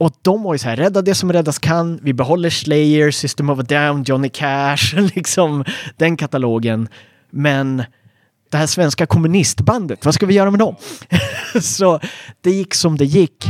Och de var ju så här, rädda det som räddas kan. Vi behåller Slayer, System of a Down, Johnny Cash, liksom den katalogen. Men det här svenska kommunistbandet, vad ska vi göra med dem? Så det gick som det gick.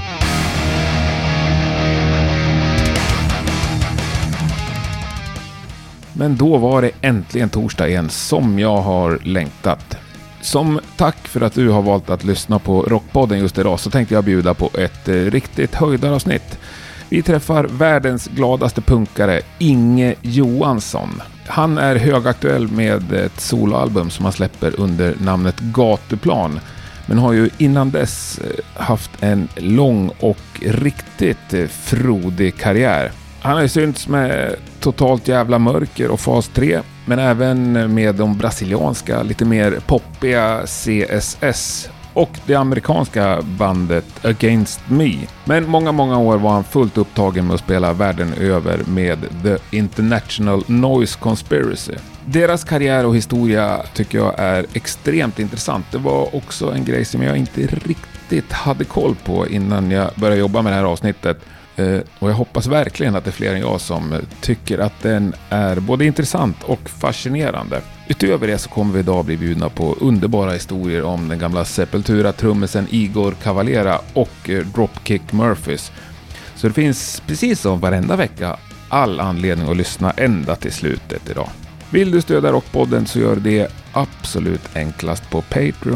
Men då var det äntligen torsdag igen, som jag har längtat. Som tack för att du har valt att lyssna på Rockpodden just idag, så tänkte jag bjuda på ett riktigt höjdaravsnitt. Vi träffar världens gladaste punkare, Inge Johansson. Han är högaktuell med ett soloalbum som han släpper under namnet Gatuplan, men har ju innan dess haft en lång och riktigt frodig karriär. Han har ju synts med Totalt jävla mörker och Fas 3, men även med de brasilianska, lite mer poppiga CSS och det amerikanska bandet Against Me. Men många år var han fullt upptagen med att spela världen över med The International Noise Conspiracy. Deras karriär och historia tycker jag är extremt intressant. Det var också en grej som jag inte riktigt hade koll på innan jag började jobba med det här avsnittet. Och jag hoppas verkligen att det är fler än jag som tycker att den är både intressant och fascinerande. Utöver det så kommer vi idag bli bjudna på underbara historier om den gamla Sepultura-trummisen Igor Cavalera och Dropkick Murphys. Så det finns, precis som varenda vecka, all anledning att lyssna ända till slutet idag. Vill du stödja Rockpodden så gör det absolut enklast på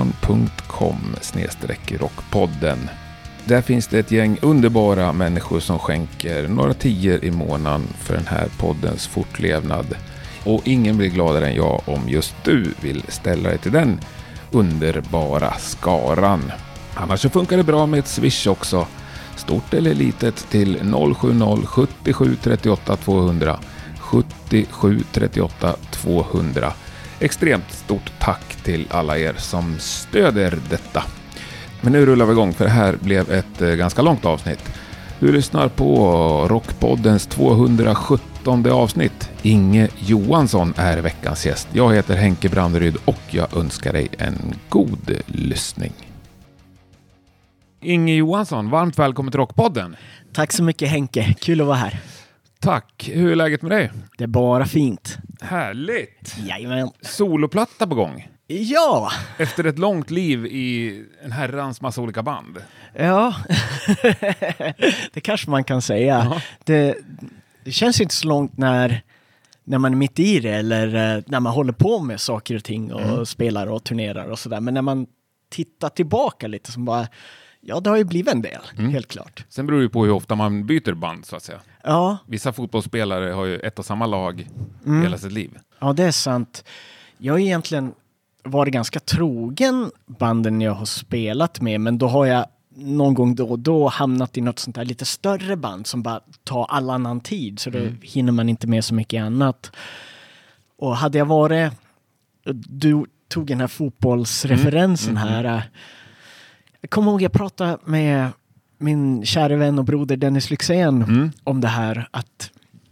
patreon.com/rockpodden. Där finns det ett gäng underbara människor som skänker några tior i månaden för den här poddens fortlevnad. Och ingen blir gladare än jag om just du vill ställa dig till den underbara skaran. Annars så funkar det bra med ett Swish också. Stort eller litet till 070 77 38 200 77 38 200. Extremt stort tack till alla er som stöder detta. Men nu rullar vi igång, för det här blev ett ganska långt avsnitt. Du lyssnar på Rockpoddens 217 avsnitt. Inge Johansson är veckans gäst. Jag heter Henke Branderyd och jag önskar dig en god lyssning. Inge Johansson, varmt välkommen till Rockpodden. Tack så mycket Henke, kul att vara här. Tack, hur är läget med dig? Det är bara fint. Härligt. Jajamän. Soloplatta på gång. Ja! Efter ett långt liv i en herrans massa olika band. Ja, det kanske man kan säga. Ja. Det känns inte så långt när man är mitt i det eller när man håller på med saker och ting och spelar och turnerar och sådär. Men när man tittar tillbaka lite som bara, ja det har ju blivit en del, helt klart. Sen beror det på hur ofta man byter band så att säga. Ja. Vissa fotbollsspelare har ju ett och samma lag hela sitt liv. Ja, det är sant. Jag har egentligen varit ganska trogen banden jag har spelat med, men då har jag någon gång då och då hamnat i något sånt där lite större band som bara tar all annan tid, så då hinner man inte med så mycket annat. Och hade jag varit, du tog den här fotbollsreferensen här, jag kommer ihåg jag pratade med min kära vän och broder Dennis Lyxzén om det här, att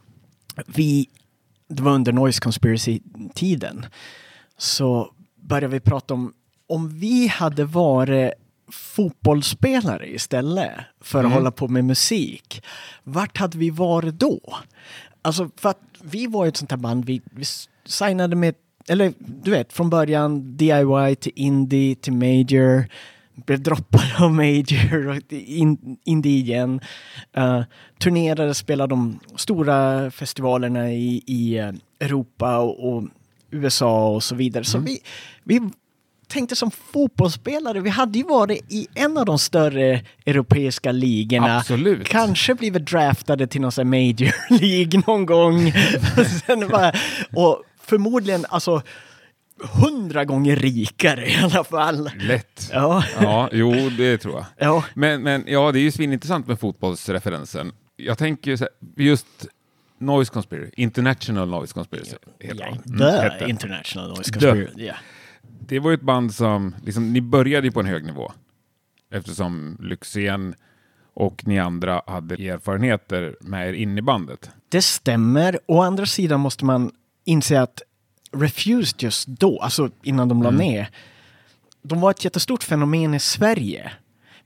det var under Noise Conspiracy-tiden, så började vi prata om vi hade varit fotbollsspelare istället för att hålla på med musik. Vart hade vi varit då? Alltså, för att vi var ett sånt här band, vi signade med, eller du vet, från början DIY till indie till major, blev droppade av major och indie igen. Turnerade, spelade de stora festivalerna i Europa och USA och så vidare. Så vi tänkte som fotbollsspelare, vi hade ju varit i en av de större europeiska ligorna. Absolut. Kanske blivit draftade till någon sån major League någon gång. Och förmodligen alltså 100 gånger rikare i alla fall. Lätt. Ja. Ja, jo, det tror jag. Ja. Men ja, det är ju svinintressant med fotbollsreferensen. Jag tänker ju så här, just Noise Conspiracy, International Noise Conspiracy. The International Noise Conspiracy. Yeah. Det var ju ett band som, liksom, ni började ju på en hög nivå. Eftersom Lyxzén och ni andra hade erfarenheter med er in i bandet. Det stämmer. Å andra sidan måste man inse att Refused just då, alltså innan de la ner, de var ett jättestort fenomen i Sverige.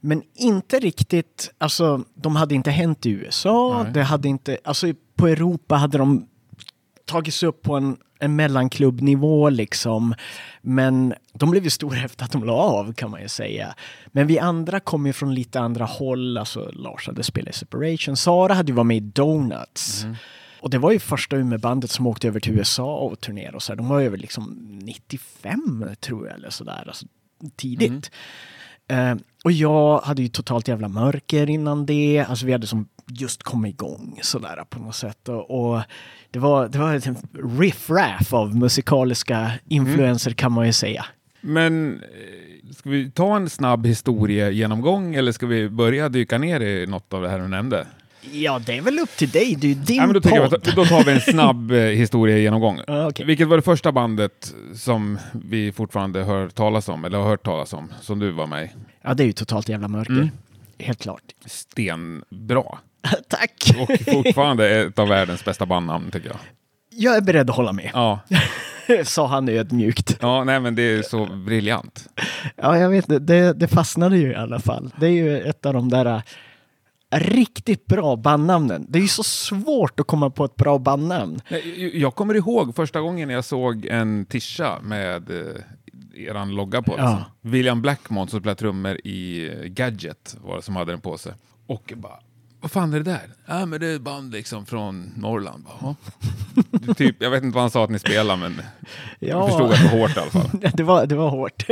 Men inte riktigt, alltså de hade inte hänt i USA. Nej. Det hade inte, alltså på Europa hade de tagits upp på en mellanklubbnivå liksom. Men de blev ju stora efter att de la av, kan man ju säga. Men vi andra kom ju från lite andra håll. Alltså Lars hade spelat i Separation. Sara hade ju varit med i Donuts. Och det var ju första Umeå-bandet som åkte över till USA och turnerade och så här. De var över liksom 95 tror jag eller sådär. Alltså tidigt. Och jag hade ju totalt jävla mörker innan det. Alltså vi hade som just kommit igång sådär på något sätt. Och det var ett riff-raff av musikaliska influenser kan man ju säga. Men ska vi ta en snabb historiegenomgång eller ska vi börja dyka ner i något av det här du nämnde? Ja, det är väl upp till dig. Det är ju din men då podd. då tar vi en snabb historiegenomgång. Okay. Vilket var det första bandet som vi fortfarande hör talas om, eller har hört talas om, som du var med i? Ja, det är ju totalt jävla mörker. Helt klart. Stenbra. Tack! Och fortfarande ett av världens bästa bandnamn, tycker jag. Jag är beredd att hålla med. Ja. Sa han ödmjukt. Ja, nej men det är så briljant. Ja, jag vet det fastnade ju i alla fall. Det är ju ett av de där riktigt bra bandnamnen. Det är ju så svårt att komma på ett bra bandnamn. Jag kommer ihåg första gången jag såg en tisha med eran logga på. Ja. William Blackmon som spelar trummor i Gadget var det som hade den på sig. Och bara, vad fan är det där? Ja, men det är ett band liksom från Norrland. Bara, typ, jag vet inte vad han sa att ni spelar, men jag förstod att det var hårt i alla fall. Det var hårt.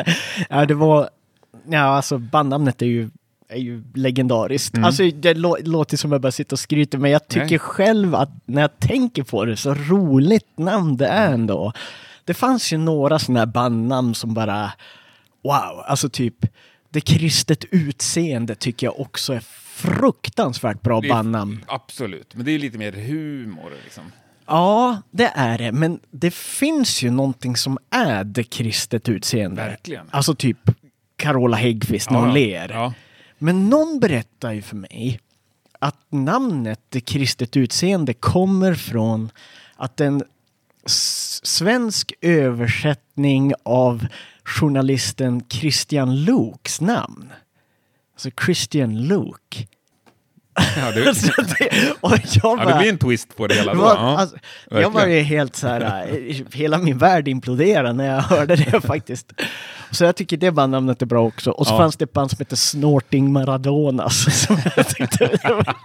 Alltså bandnamnet är ju legendariskt. Alltså det låter som jag bara sitter och skryter, men jag tycker själv att när jag tänker på det, så roligt namn det är ändå. Det fanns ju några sådana här bandnamn som bara wow, alltså typ det kristet utseende tycker jag också är fruktansvärt bra bandnamn. Absolut, men det är lite mer humor liksom. Ja, det är det, men det finns ju någonting som är det kristet utseende. Verkligen. Alltså typ Carola Häggkvist när hon ler. Ja. Men någon berättar ju för mig att namnet det kristet utseende kommer från att en svensk översättning av journalisten Christian Luuks namn. Alltså Christian Luuk. Ja, det blir en twist på det hela då. Jag var ju helt så här, hela min värld imploderade när jag hörde det faktiskt. Så jag tycker det bandnamnet är bra också. Och så fanns det ett band som heter Snorting Maradonas. Som jag tyckte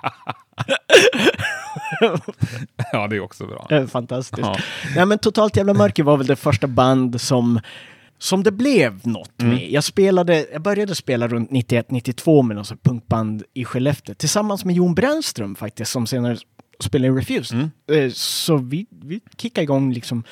ja, det är också bra. Fantastiskt. Ja. Nej, men Totalt jävla mörker var väl det första band som det blev något med. Jag började spela runt 91-92 med något punkband i Skellefteå tillsammans med Jon Brännström faktiskt, som senare spelade i Refused. Så vi kickade igång liksom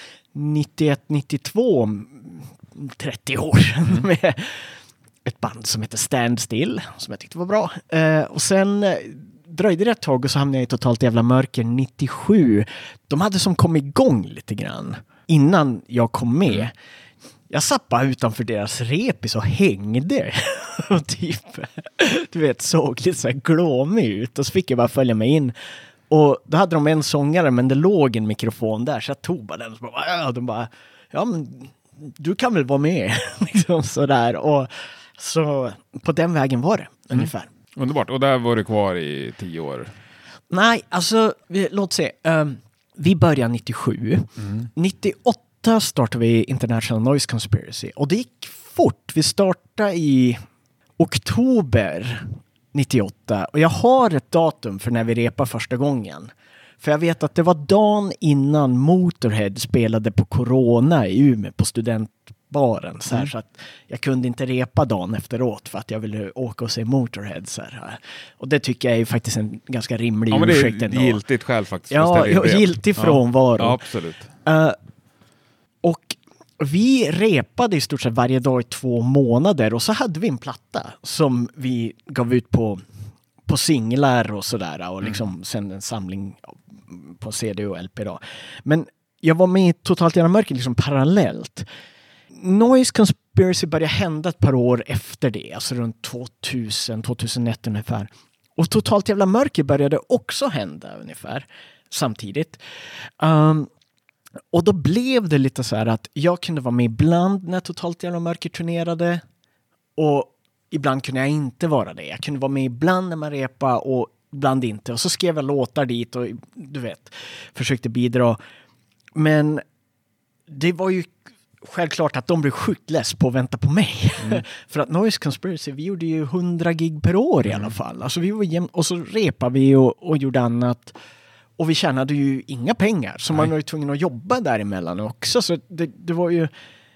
91-92, 30 år sedan med ett band som heter Stand Still, som jag tyckte var bra. Och sen dröjde det ett tag och så hamnade jag i Totalt jävla mörker 97. De hade som kommit igång lite grann innan jag kom med. Jag satt bara utanför deras repis och hängde. Och typ, du vet, såg lite så här glåmig ut. Och så fick jag bara följa mig in. Och då hade de en sångare, men det låg en mikrofon där. Så jag tog bara den och så bara, de bara, ja men du kan väl vara med. Liksom sådär. Och så på den vägen var det ungefär. Underbart. Och där var du kvar i 10 år? Nej, alltså låt se. Vi började 97. 98 startade vi International Noise Conspiracy. Och det gick fort. Vi startade i oktober 98. Och jag har ett datum för när vi repade första gången. För jag vet att det var dagen innan Motorhead spelade på Corona i Umeå på studentbaren. Så att jag kunde inte repa dagen efteråt för att jag ville åka och se Motorhead. Så här. Och det tycker jag är faktiskt en ganska rimlig ursäkt ändå. Ja, men det är giltigt själv faktiskt. Ja, giltig frånvaro. Ja, absolut. Och vi repade i stort sett varje dag i 2 månader. Och så hade vi en platta som vi gav ut på singlar och sådär. Och liksom sen en samling på CD och LP då. Men jag var med i Totalt jävla mörker liksom parallellt. Noise Conspiracy började hända ett par år efter det. Alltså runt 2000-2001 ungefär. Och Totalt jävla mörker började också hända ungefär samtidigt. Och då blev det lite så här att jag kunde vara med ibland när Totalt jävla mörker turnerade. Och ibland kunde jag inte vara det. Jag kunde vara med ibland när man repade och ibland inte. Och så skrev jag låtar dit och du vet, försökte bidra. Men det var ju självklart att de blev sjukt less på att vänta på mig. För att Noise Conspiracy, vi gjorde ju 100 gig per år i alla fall. Alltså vi var och så repade vi och gjorde annat. Och vi tjänade ju inga pengar. Så man var ju tvungen att jobba däremellan också. Så det var ju...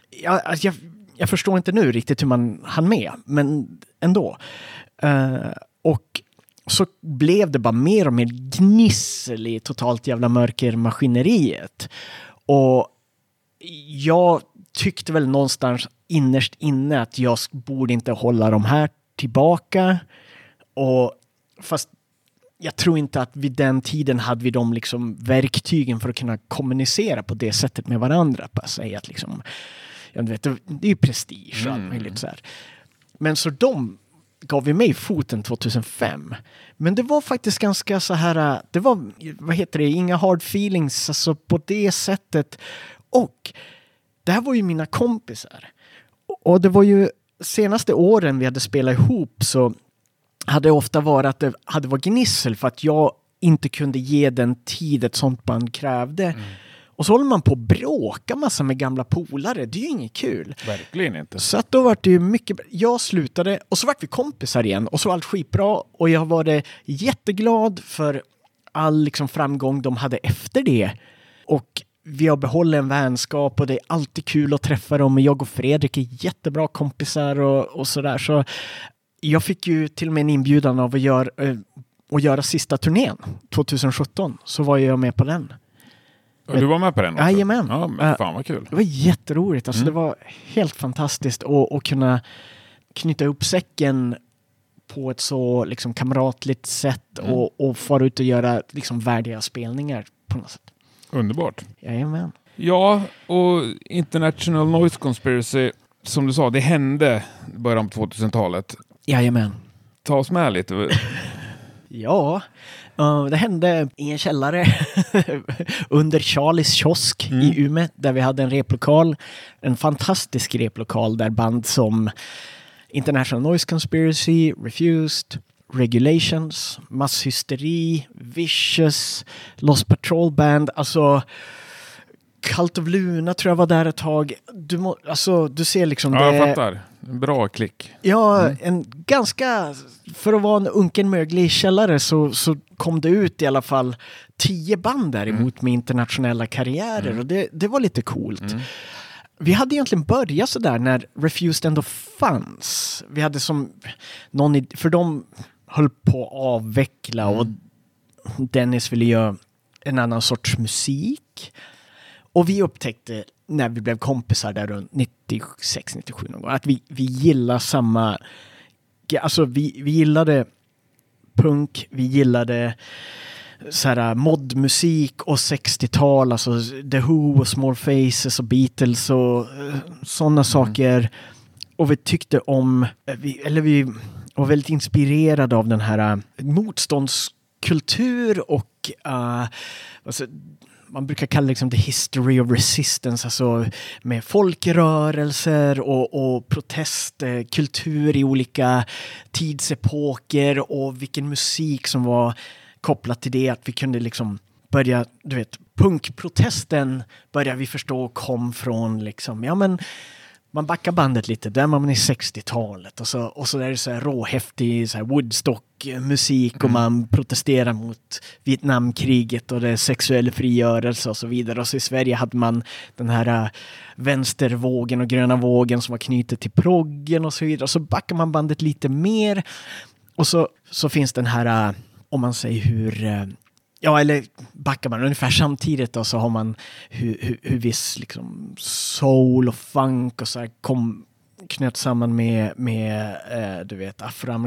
Jag förstår inte nu riktigt hur man hann med. Men ändå. Och så blev det bara mer och mer gnissel i totalt jävla mörkermaskineriet. Och jag tyckte väl någonstans innerst inne att jag borde inte hålla de här tillbaka. Och fast jag tror inte att vid den tiden hade vi de liksom verktygen för att kunna kommunicera på det sättet med varandra. På att säga att liksom, jag vet, det är ju prestige och allt möjligt så här. Men så de gav vi mig foten 2005. Men det var faktiskt ganska så här, det var, vad heter det, inga hard feelings, alltså på det sättet. Och det här var ju mina kompisar. Och det var ju senaste åren vi hade spelat ihop så hade det ofta varit att det hade varit gnissel för att jag inte kunde ge den tid ett sånt band krävde. Och så håller man på att bråka massa med gamla polare. Det är ju inget kul. Verkligen inte. Så att då var det ju mycket... Jag slutade och så var vi kompisar igen. Och så var allt skitbra. Och jag var jätteglad för all liksom framgång de hade efter det. Och vi har behållit en vänskap och det är alltid kul att träffa dem. Jag och Fredrik är jättebra kompisar och sådär. Så jag fick ju till och med en inbjudan av att göra sista turnén 2017. Så var jag med på den. Och du var med på den också? Jajamän. Ja, men fan vad kul. Det var jätteroligt. Alltså det var helt fantastiskt att kunna knyta upp säcken på ett så liksom kamratligt sätt och fara ut och göra liksom värdiga spelningar på något sätt. Underbart. Jajamän. Ja, och International Noise Conspiracy, som du sa, det hände i början på 2000-talet. Jajamän. Ta oss med lite. Ja, det hände i en källare under Charlies kiosk i Umeå där vi hade en replokal. En fantastisk replokal där band som International Noise Conspiracy, Refused, Regulations, Masshysteri, Vicious, Lost Patrol Band, alltså Cult of Luna tror jag var där ett tag. Du ser liksom ja, jag fattar. En bra klick. Ja, en ganska... För att vara en unken möglig källare så kom det ut i alla fall 10 band däremot med internationella karriärer. Och det var lite coolt. Vi hade egentligen börjat så där när Refused ändå fanns. Vi hade som någon... För de höll på att avveckla och Dennis ville göra en annan sorts musik. Och vi upptäckte när vi blev kompisar där runt 96-97 någon gång att vi gillar samma... Alltså vi gillade punk, vi gillade så här modmusik och 60-tal, alltså The Who och Small Faces och Beatles och sådana saker. Och vi tyckte om... Vi var väldigt inspirerade av den här motståndskultur och... alltså, man brukar kalla det liksom the history of resistance, alltså med folkrörelser och protestkultur i olika tidsepoker och vilken musik som var kopplat till det, att vi kunde liksom börja, du vet, punkprotesten började vi förstå kom från liksom, ja men man backar bandet lite, där man är 60-talet och så är det så här råhäftig så här Woodstock-musik och man protesterar mot Vietnamkriget och det sexuell frigörelse och så vidare. Och så i Sverige hade man den här vänstervågen och gröna vågen som var knutet till proggen och så vidare. Och så backar man bandet lite mer och så finns den här, om man säger hur... Ja, eller backar man ungefär samtidigt då, så har man hur viss liksom soul och funk och så här knöt samman med du vet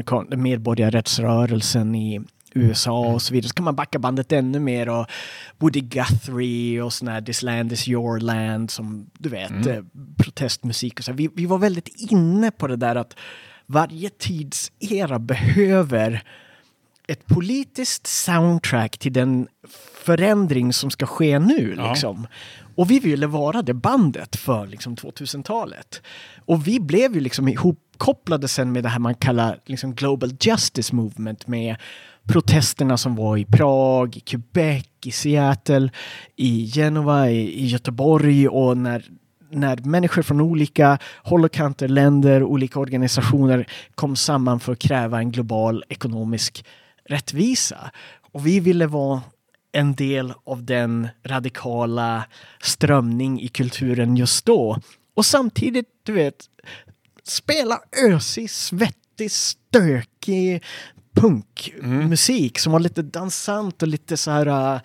medborgarrättsrörelsen i USA och så vidare. Så kan man backa bandet ännu mer och Woody Guthrie och sån här This Land Is Your Land som du vet protestmusik och så här. Vi var väldigt inne på det där att varje tidsera behöver ett politiskt soundtrack till den förändring som ska ske nu. Ja. Liksom. Och vi ville vara det bandet för liksom, 2000-talet. Och vi blev ju liksom ihopkopplade sen med det här man kallar liksom, Global Justice Movement, med protesterna som var i Prag, i Quebec, i Seattle, i Genova, i Göteborg, och när människor från olika håll och kanter, länder, olika organisationer kom samman för att kräva en global ekonomisk rättvisa. Och vi ville vara en del av den radikala strömning i kulturen just då. Och samtidigt, du vet, spela ösig, svettig, stökig punkmusik som var lite dansant och lite så här,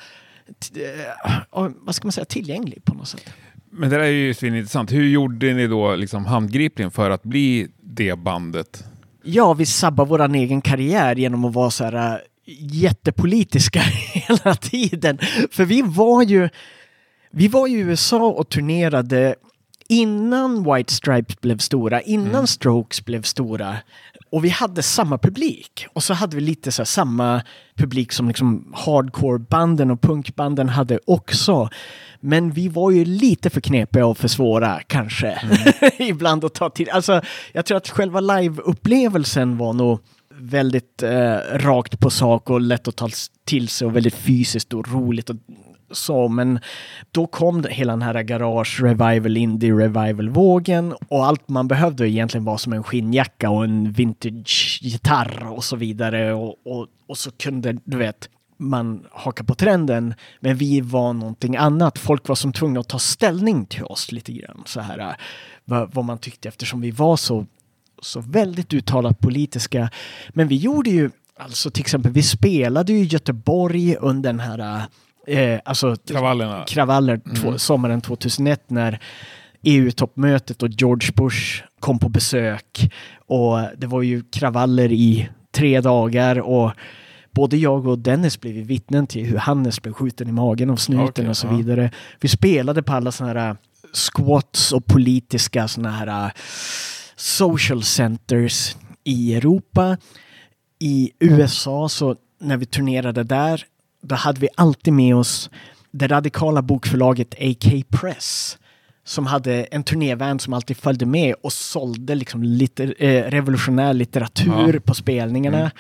vad ska man säga, tillgänglig på något sätt. Men det där är ju svinintressant. Hur gjorde ni då liksom handgripligen för att bli det bandet? Ja, vi sabbade vår egen karriär genom att vara så här jättepolitiska hela tiden. För vi var ju i USA och turnerade innan White Stripes blev stora, innan Strokes blev stora. Och vi hade samma publik. Och så hade vi lite så här samma publik som liksom hardcore-banden och punkbanden hade också. Men vi var ju lite för knepiga och för svåra kanske. Ibland att ta till. Alltså, jag tror att själva live-upplevelsen var nog väldigt rakt på sak och lätt att ta till sig och väldigt fysiskt och roligt och så. Men då kom hela den här garage revival, indie revival vågen, och allt man behövde egentligen var som en skinnjacka och en vintage gitarr och så vidare, och så kunde, du vet, man haka på trenden, men vi var någonting annat. Folk var som tvungna att ta ställning till oss lite grann så här, vad man tyckte, eftersom vi var så väldigt uttalat politiska. Men vi gjorde ju, alltså till exempel, vi spelade ju i Göteborg under den här alltså kravaller sommaren 2001 när EU-toppmötet och George Bush kom på besök, och det var ju kravaller i 3 dagar, och både jag och Dennis blev vittnen till hur Hannes blev skjuten i magen av snuten och så vidare. Vi spelade på alla såna här squats och politiska såna här social centers i Europa. I USA, så när vi turnerade där, då hade vi alltid med oss det radikala bokförlaget AK Press, som hade en turnévän som alltid följde med och sålde liksom revolutionär litteratur på spelningarna.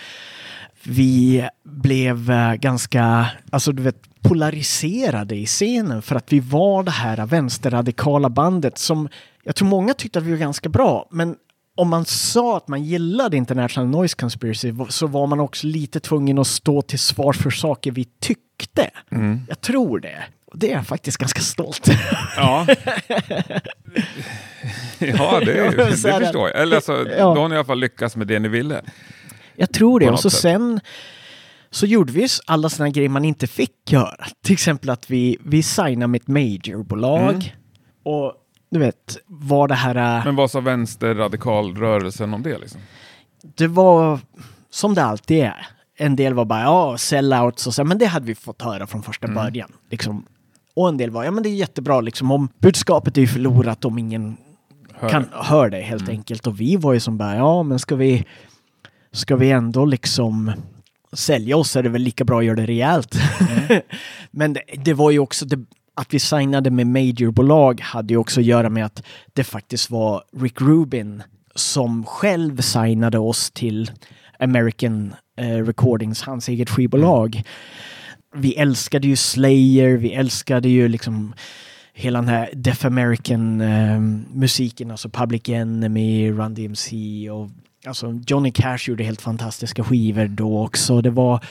Vi blev ganska, alltså du vet, polariserade i scenen för att vi var det här vänsterradikala bandet som jag tror många tyckte att vi var ganska bra, men om man sa att man gillade International Noise Conspiracy så var man också lite tvungen att stå till svar för saker vi tyckte. Jag tror det. Och det är jag faktiskt ganska stolt. Ja. Ja, det förstår jag. Eller alltså, då har ni i alla fall lyckats med det ni ville. Jag tror det. Och så sen så gjorde vi alla såna grejer man inte fick göra. Till exempel att vi signade med ett majorbolag. Och du vet, var det här... Men vad sa vänsterradikalrörelsen om det liksom? Det var som det alltid är. En del var bara, sellouts och så. Men det hade vi fått höra från första början. Liksom. Och en del var, men det är jättebra liksom. Om budskapet är ju förlorat om ingen kan höra det helt enkelt. Och vi var ju som bara, men ska vi ändå liksom sälja oss, är det väl lika bra att göra det rejält. Men det var ju också... Att vi signade med majorbolag hade ju också att göra med att det faktiskt var Rick Rubin som själv signade oss till American Recordings, hans eget skivbolag. Vi älskade ju Slayer, vi älskade ju liksom hela den här Deaf American musiken, alltså Public Enemy, Run DMC, och alltså Johnny Cash gjorde helt fantastiska skivor då också.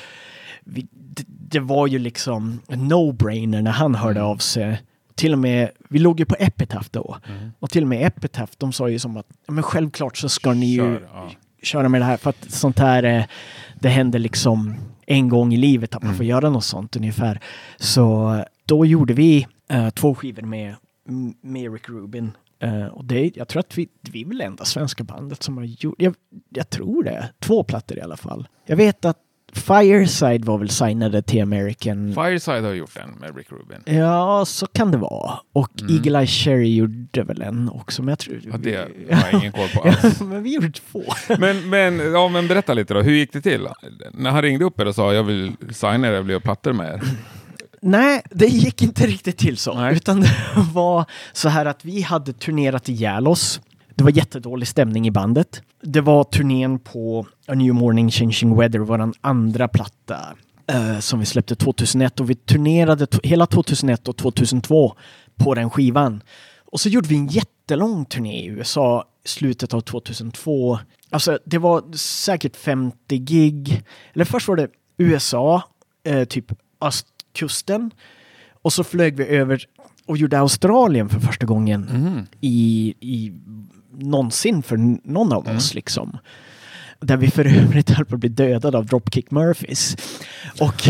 Det var ju liksom en no-brainer när han hörde av sig. Till och med, vi låg ju på Epitaph då. Och till och med Epitaph, de sa ju som att men självklart så ska ni ju köra med det här. För att sånt här, det händer liksom en gång i livet att man får göra något sånt ungefär. Så då gjorde vi 2 skivor med Rick Rubin. Och jag tror att vi är väl enda svenska bandet som har gjort, jag tror det, 2 plattor i alla fall. Jag vet att Fireside var väl signade till American. Fireside har gjort en med Rick Rubin. Ja, så kan det vara. Och Eagle Eye Cherry gjorde väl en också, men jag tror... Ja, det har jag ingen koll på alls. Men vi gjorde 2. Men berätta lite då, hur gick det till? När han ringde upp er och sa jag vill signa er och bli plattor med er. Nej, det gick inte riktigt till så. Nej. Utan det var så här att vi hade turnerat ihjäl oss. Det var jättedålig stämning i bandet. Det var turnén på A New Morning Changing Weather, vår andra platta som vi släppte 2001. Och vi turnerade hela 2001 och 2002 på den skivan. Och så gjorde vi en jättelång turné i USA i slutet av 2002. Alltså det var säkert 50 gig. Eller först var det USA, typ östkusten. Och så flög vi över och gjorde Australien för första gången i någonsin för någon av oss liksom. Där vi för övrigt höll på att bli dödade av Dropkick Murphys. Och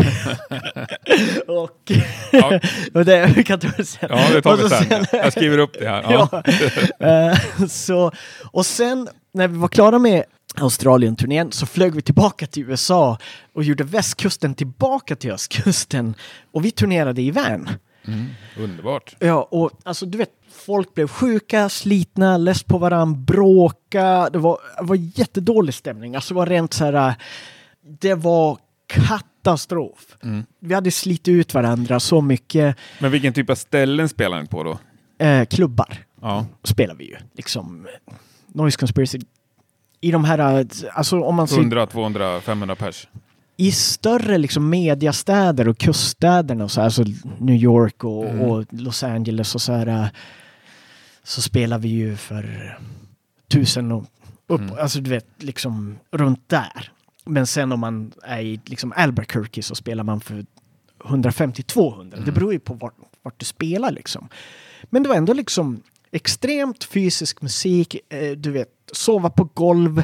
det kan du säga. Ja, det tar vi sen. Jag skriver upp det här. Ja. Och sen när vi var klara med Australien-turnén så flög vi tillbaka till USA och gjorde västkusten tillbaka till östkusten. Och vi turnerade i van. Underbart. Ja, och alltså du vet, folk blev sjuka, slitna, less på varandra, bråka. Det var jättedålig stämning. Alltså det var rent så här, det var katastrof. Vi hade slitit ut varandra så mycket. Men vilken typ av ställen spelar ni på då? Klubbar. Ja. Spelar vi ju. Liksom Noise Conspiracy. I de här, alltså om man 100, 200, 500 pers. I större liksom mediastäder och kuststäderna och så här, alltså New York och Los Angeles och så här, så spelar vi ju för 1000 och upp, alltså du vet liksom runt där. Men sen om man är i liksom Albuquerque så spelar man för 150-200. Det beror ju på vart du spelar liksom. Men det var ändå liksom extremt fysisk musik, du vet, sova på golv.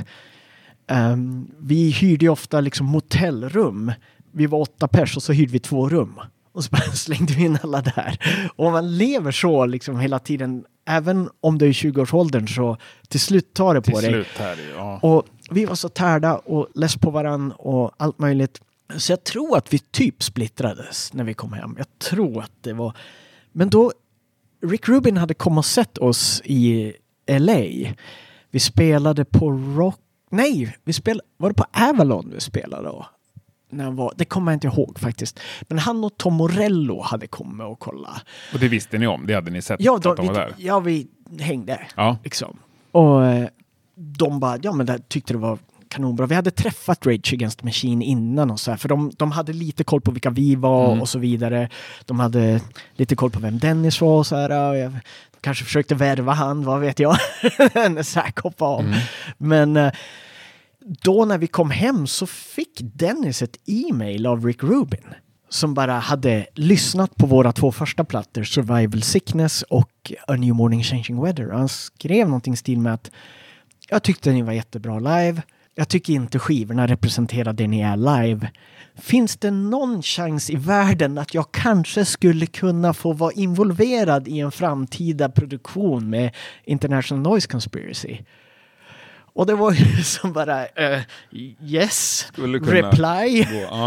Vi hyrde ju ofta liksom motellrum. Vi var 8 pers och så hyrde vi 2 rum. Och så slängde vi in alla där. Och man lever så liksom hela tiden. Även om du är i 20-årsåldern så till slut tar det på dig. Slut här, ja. Och vi var så tärda och less på varann och allt möjligt. Så jag tror att vi typ splittrades när vi kom hem. Jag tror att det var... Men då Rick Rubin hade kommit och sett oss i LA. Vi spelade på Rock... Nej, var det på Avalon vi spelade då? Det kommer jag inte ihåg faktiskt. Men han och Tom Morello hade kommit och kolla. Och det visste ni om? Det hade ni sett ja, att de var där? Ja, vi hängde. Ja. Liksom. Och de bara, ja men det tyckte det var kanonbra. Vi hade träffat Rage Against the Machine innan och så här, för de hade lite koll på vilka vi var och så vidare. De hade lite koll på vem Dennis var och så här. Och jag kanske försökte värva han, vad vet jag. En säkert av. Men då när vi kom hem så fick Dennis ett e-mail av Rick Rubin som bara hade lyssnat på våra 2 första plattor, Survival Sickness och A New Morning Changing Weather. Han skrev någonting i stil med att jag tyckte ni var jättebra live. Jag tycker inte skivorna representerar det ni är live. Finns det någon chans i världen att jag kanske skulle kunna få vara involverad i en framtida produktion med International Noise Conspiracy? Och det var ju som bara yes, reply.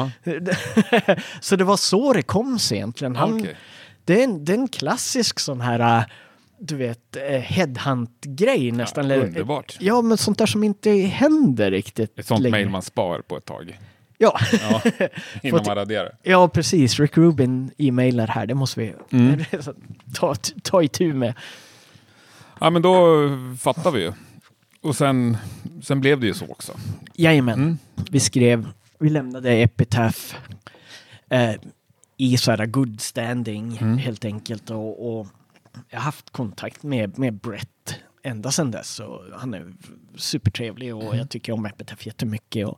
Så det var så det kom sig egentligen. Det är en klassisk sån här du vet, headhunt-grej nästan. Ja, underbart. Ja, men sånt där som inte händer riktigt. Ett sånt mail man spar på ett tag. Ja. Innan man raderar. Ja, precis. Rick Rubin e-mailar här. Det måste vi ta itu med. Ja, men då fattar vi ju. Och sen blev det ju så också. Jajamän. Vi lämnade Epitaph i så här good standing helt enkelt. Och jag har haft kontakt med Brett ända sedan dess. Och han är supertrevlig och jag tycker om Epitaph jättemycket.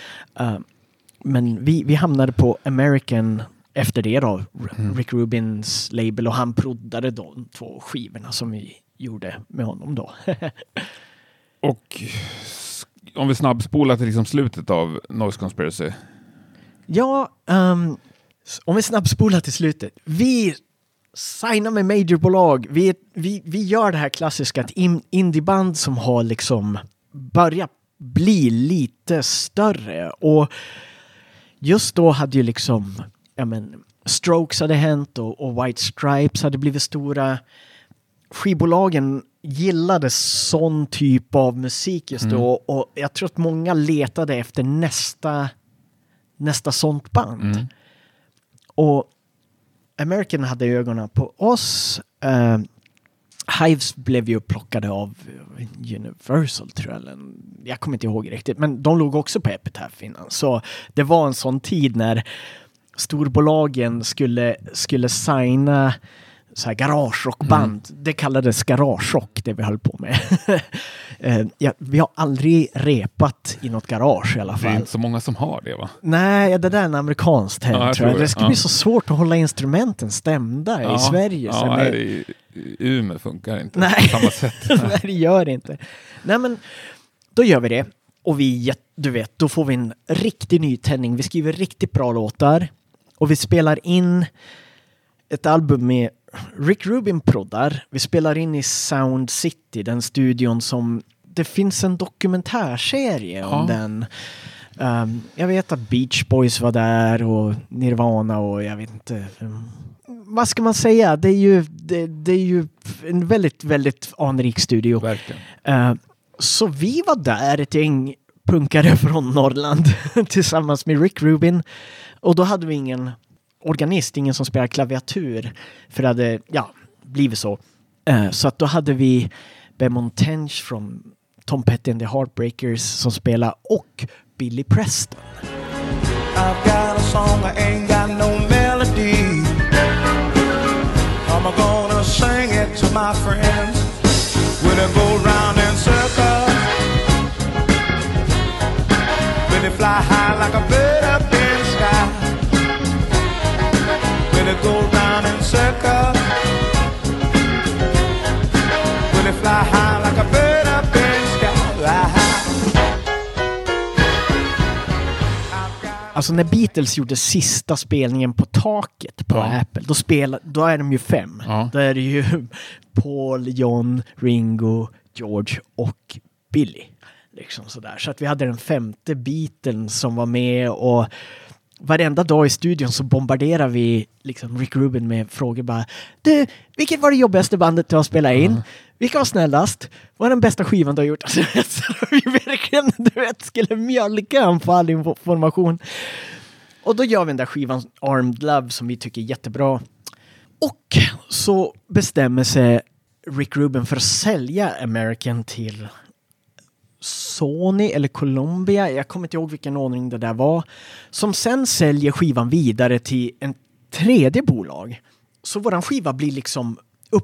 Men vi hamnade på American efter det då. Rick Rubins label och han proddade de 2 skivorna som vi gjorde med honom då. Och om vi snabbspolar till liksom slutet av Noise Conspiracy. Ja, om vi snabbspolar till slutet. Vi signar med majorbolag. Vi gör det här klassiska att indieband som har liksom börjat bli lite större. Och just då hade ju liksom Strokes hade hänt och White Stripes hade blivit stora. Skivbolagen gillade sån typ av musik just då, och jag tror att många letade efter nästa sånt band. Och American hade ögonen på oss. Hives blev ju plockade av Universal, tror jag. Jag kommer inte ihåg riktigt, men de låg också på Epitaph innan. Så det var en sån tid när storbolagen skulle signa så här garagerockband. Det kallades garagerock, det vi höll på med. Vi har aldrig repat i något garage i alla fall. Det är inte så många som har det, va? Nej, det där är en amerikansk trend, tror jag. Det skulle bli så svårt att hålla instrumenten stämda i Sverige. Ja, nej, Umeå funkar inte på samma sätt. Nej, det gör det inte. Nej, men då gör vi det. Och då får vi en riktig nytändning. Vi skriver riktigt bra låtar. Och vi spelar in ett album med Rick Rubin proddar. Vi spelar in i Sound City, den studion som... Det finns en dokumentärserie om den. Jag vet att Beach Boys var där och Nirvana och jag vet inte... Vad ska man säga? Det är ju en väldigt, väldigt anrik studio. Verkligen. Så vi var där, ett gäng punkare från Norrland tillsammans med Rick Rubin. Och då hade vi ingen organist, ingen som spelar klaviatur. För det hade blivit så. Så att då hade vi Bemon Tench från Tom Petty and the Heartbreakers som spelar, och Billy Preston. I've got a song, I ain't got no melody. I'm gonna sing it to my friends when I go round in circles. When they fly high like a bird up in the sky. When they go round in circles. When they fly high like a bird up in the sky. Alltså när Beatles gjorde sista spelningen på taket på Apple, då är de ju 5. Ja. Då är det ju Paul, John, Ringo, George och Billy. Liksom sådär. Så att vi hade den 5:e Beatles som var med, och varenda dag i studion så bombarderar vi liksom Rick Rubin med frågor bara: du, vilket var det jobbigaste bandet du har spelat in? Vilka var snällast? Vad är den bästa skivan du har gjort? Alltså, vi verkligen, skulle mjölka han på all information. Och då gör vi den där skivan Armed Love som vi tycker är jättebra. Och så bestämmer sig Rick Rubin för att sälja American till Sony eller Columbia. Jag kommer inte ihåg vilken ordning det där var. Som sen säljer skivan vidare till en tredje bolag. Så våran skiva blir liksom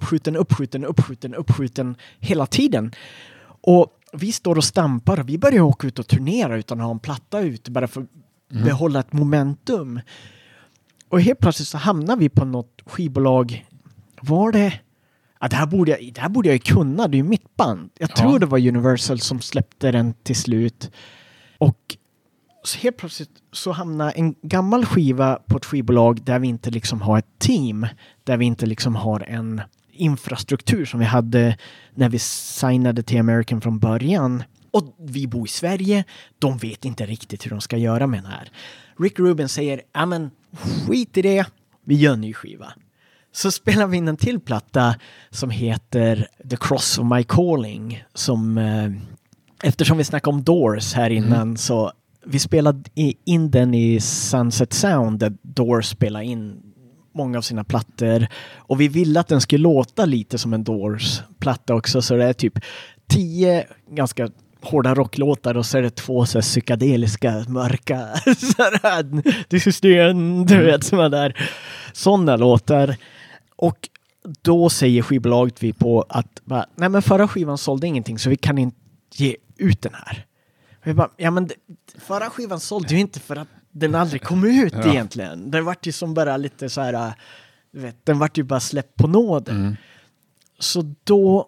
uppskjuten hela tiden. Och vi står och stampar och vi börjar åka ut och turnera utan att ha en platta ut, bara för att behålla ett momentum. Och helt plötsligt så hamnar vi på något skivbolag. Var det... Ja, det här borde jag ju kunna, det är ju mitt band. Jag tror det var Universal som släppte den till slut. Och så helt plötsligt så hamnar en gammal skiva på ett skivbolag där vi inte liksom har ett team. Där vi inte liksom har en infrastruktur som vi hade när vi signade till American från början. Och vi bor i Sverige, de vet inte riktigt hur de ska göra med den här. Rick Rubin säger, ja men skit i det, vi gör en ny skiva. Så spelar vi in en till platta som heter The Cross of My Calling. Som, eftersom vi snackade om Doors här innan, så vi spelade in den i Sunset Sound där Doors spelade in många av sina plattor. Och vi ville att den skulle låta lite som en Doors-platta också. Så det är typ 10 ganska hårda rocklåtar och så är det 2 så psykedeliska, mörka This is the end, du vet, sådana låtar. Och då säger skivbolaget vi på att nej men förra skivan sålde ingenting så vi kan inte ge ut den här. Och vi bara, ja men förra skivan sålde ju inte för att den aldrig kom ut egentligen. Den vart ju som bara lite så här, du vet, den vart ju bara släppt på nåden. Så då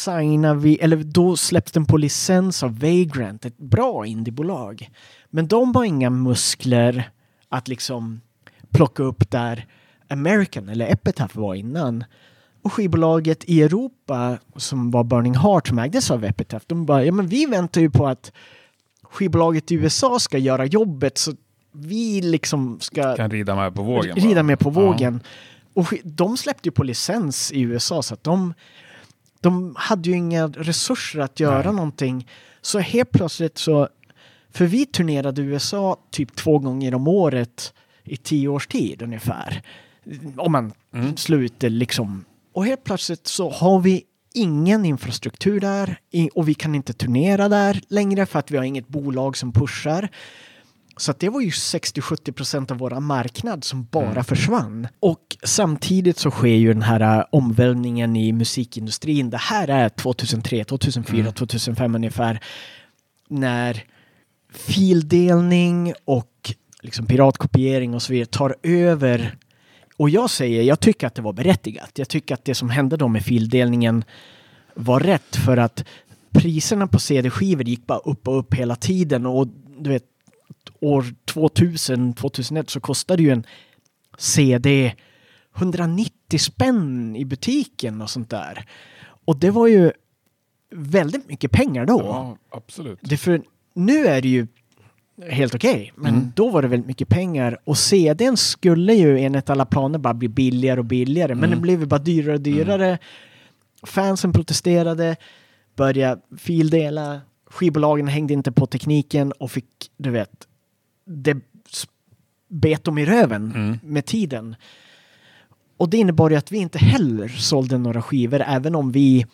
då släpps den på licens av Vagrant, ett bra indiebolag. Men de har inga muskler att liksom plocka upp där American eller Epitaph var innan. Och skivbolaget i Europa som var Burning Heart som ägdes av Epitaph, de bara, ja men vi väntar ju på att skivbolaget i USA ska göra jobbet, så vi liksom ska kan rida med på vågen. Rida med på vågen. Och de släppte ju på licens i USA så att de hade ju inga resurser att göra någonting. Så helt plötsligt så, för vi turnerade i USA typ 2 gånger om året i 10 års tid ungefär. Om man sluter liksom. Och helt plötsligt så har vi ingen infrastruktur där och vi kan inte turnera där längre för att vi har inget bolag som pushar. Så att det var ju 60-70% av våra marknad som bara försvann. Och samtidigt så sker ju den här omvälvningen i musikindustrin. Det här är 2003, 2004, 2005 ungefär. När fildelning och liksom piratkopiering och så vidare tar över. Och jag tycker att det var berättigat. Jag tycker att det som hände då med fildelningen var rätt. För att priserna på CD-skivor gick bara upp och upp hela tiden. Och du vet, år 2000-2001 så kostade ju en CD 190 spänn i butiken och sånt där. Och det var ju väldigt mycket pengar då. Ja, absolut. Nu är det ju helt okej. Men då var det väldigt mycket pengar. Och CDn skulle ju enligt alla planer bara bli billigare och billigare. Men den blev ju bara dyrare och dyrare. Fansen protesterade. Började fildela. Skivbolagen hängde inte på tekniken. Och fick, du vet, det bet dem i röven med tiden. Och det innebar ju att vi inte heller sålde några skivor. Även om vi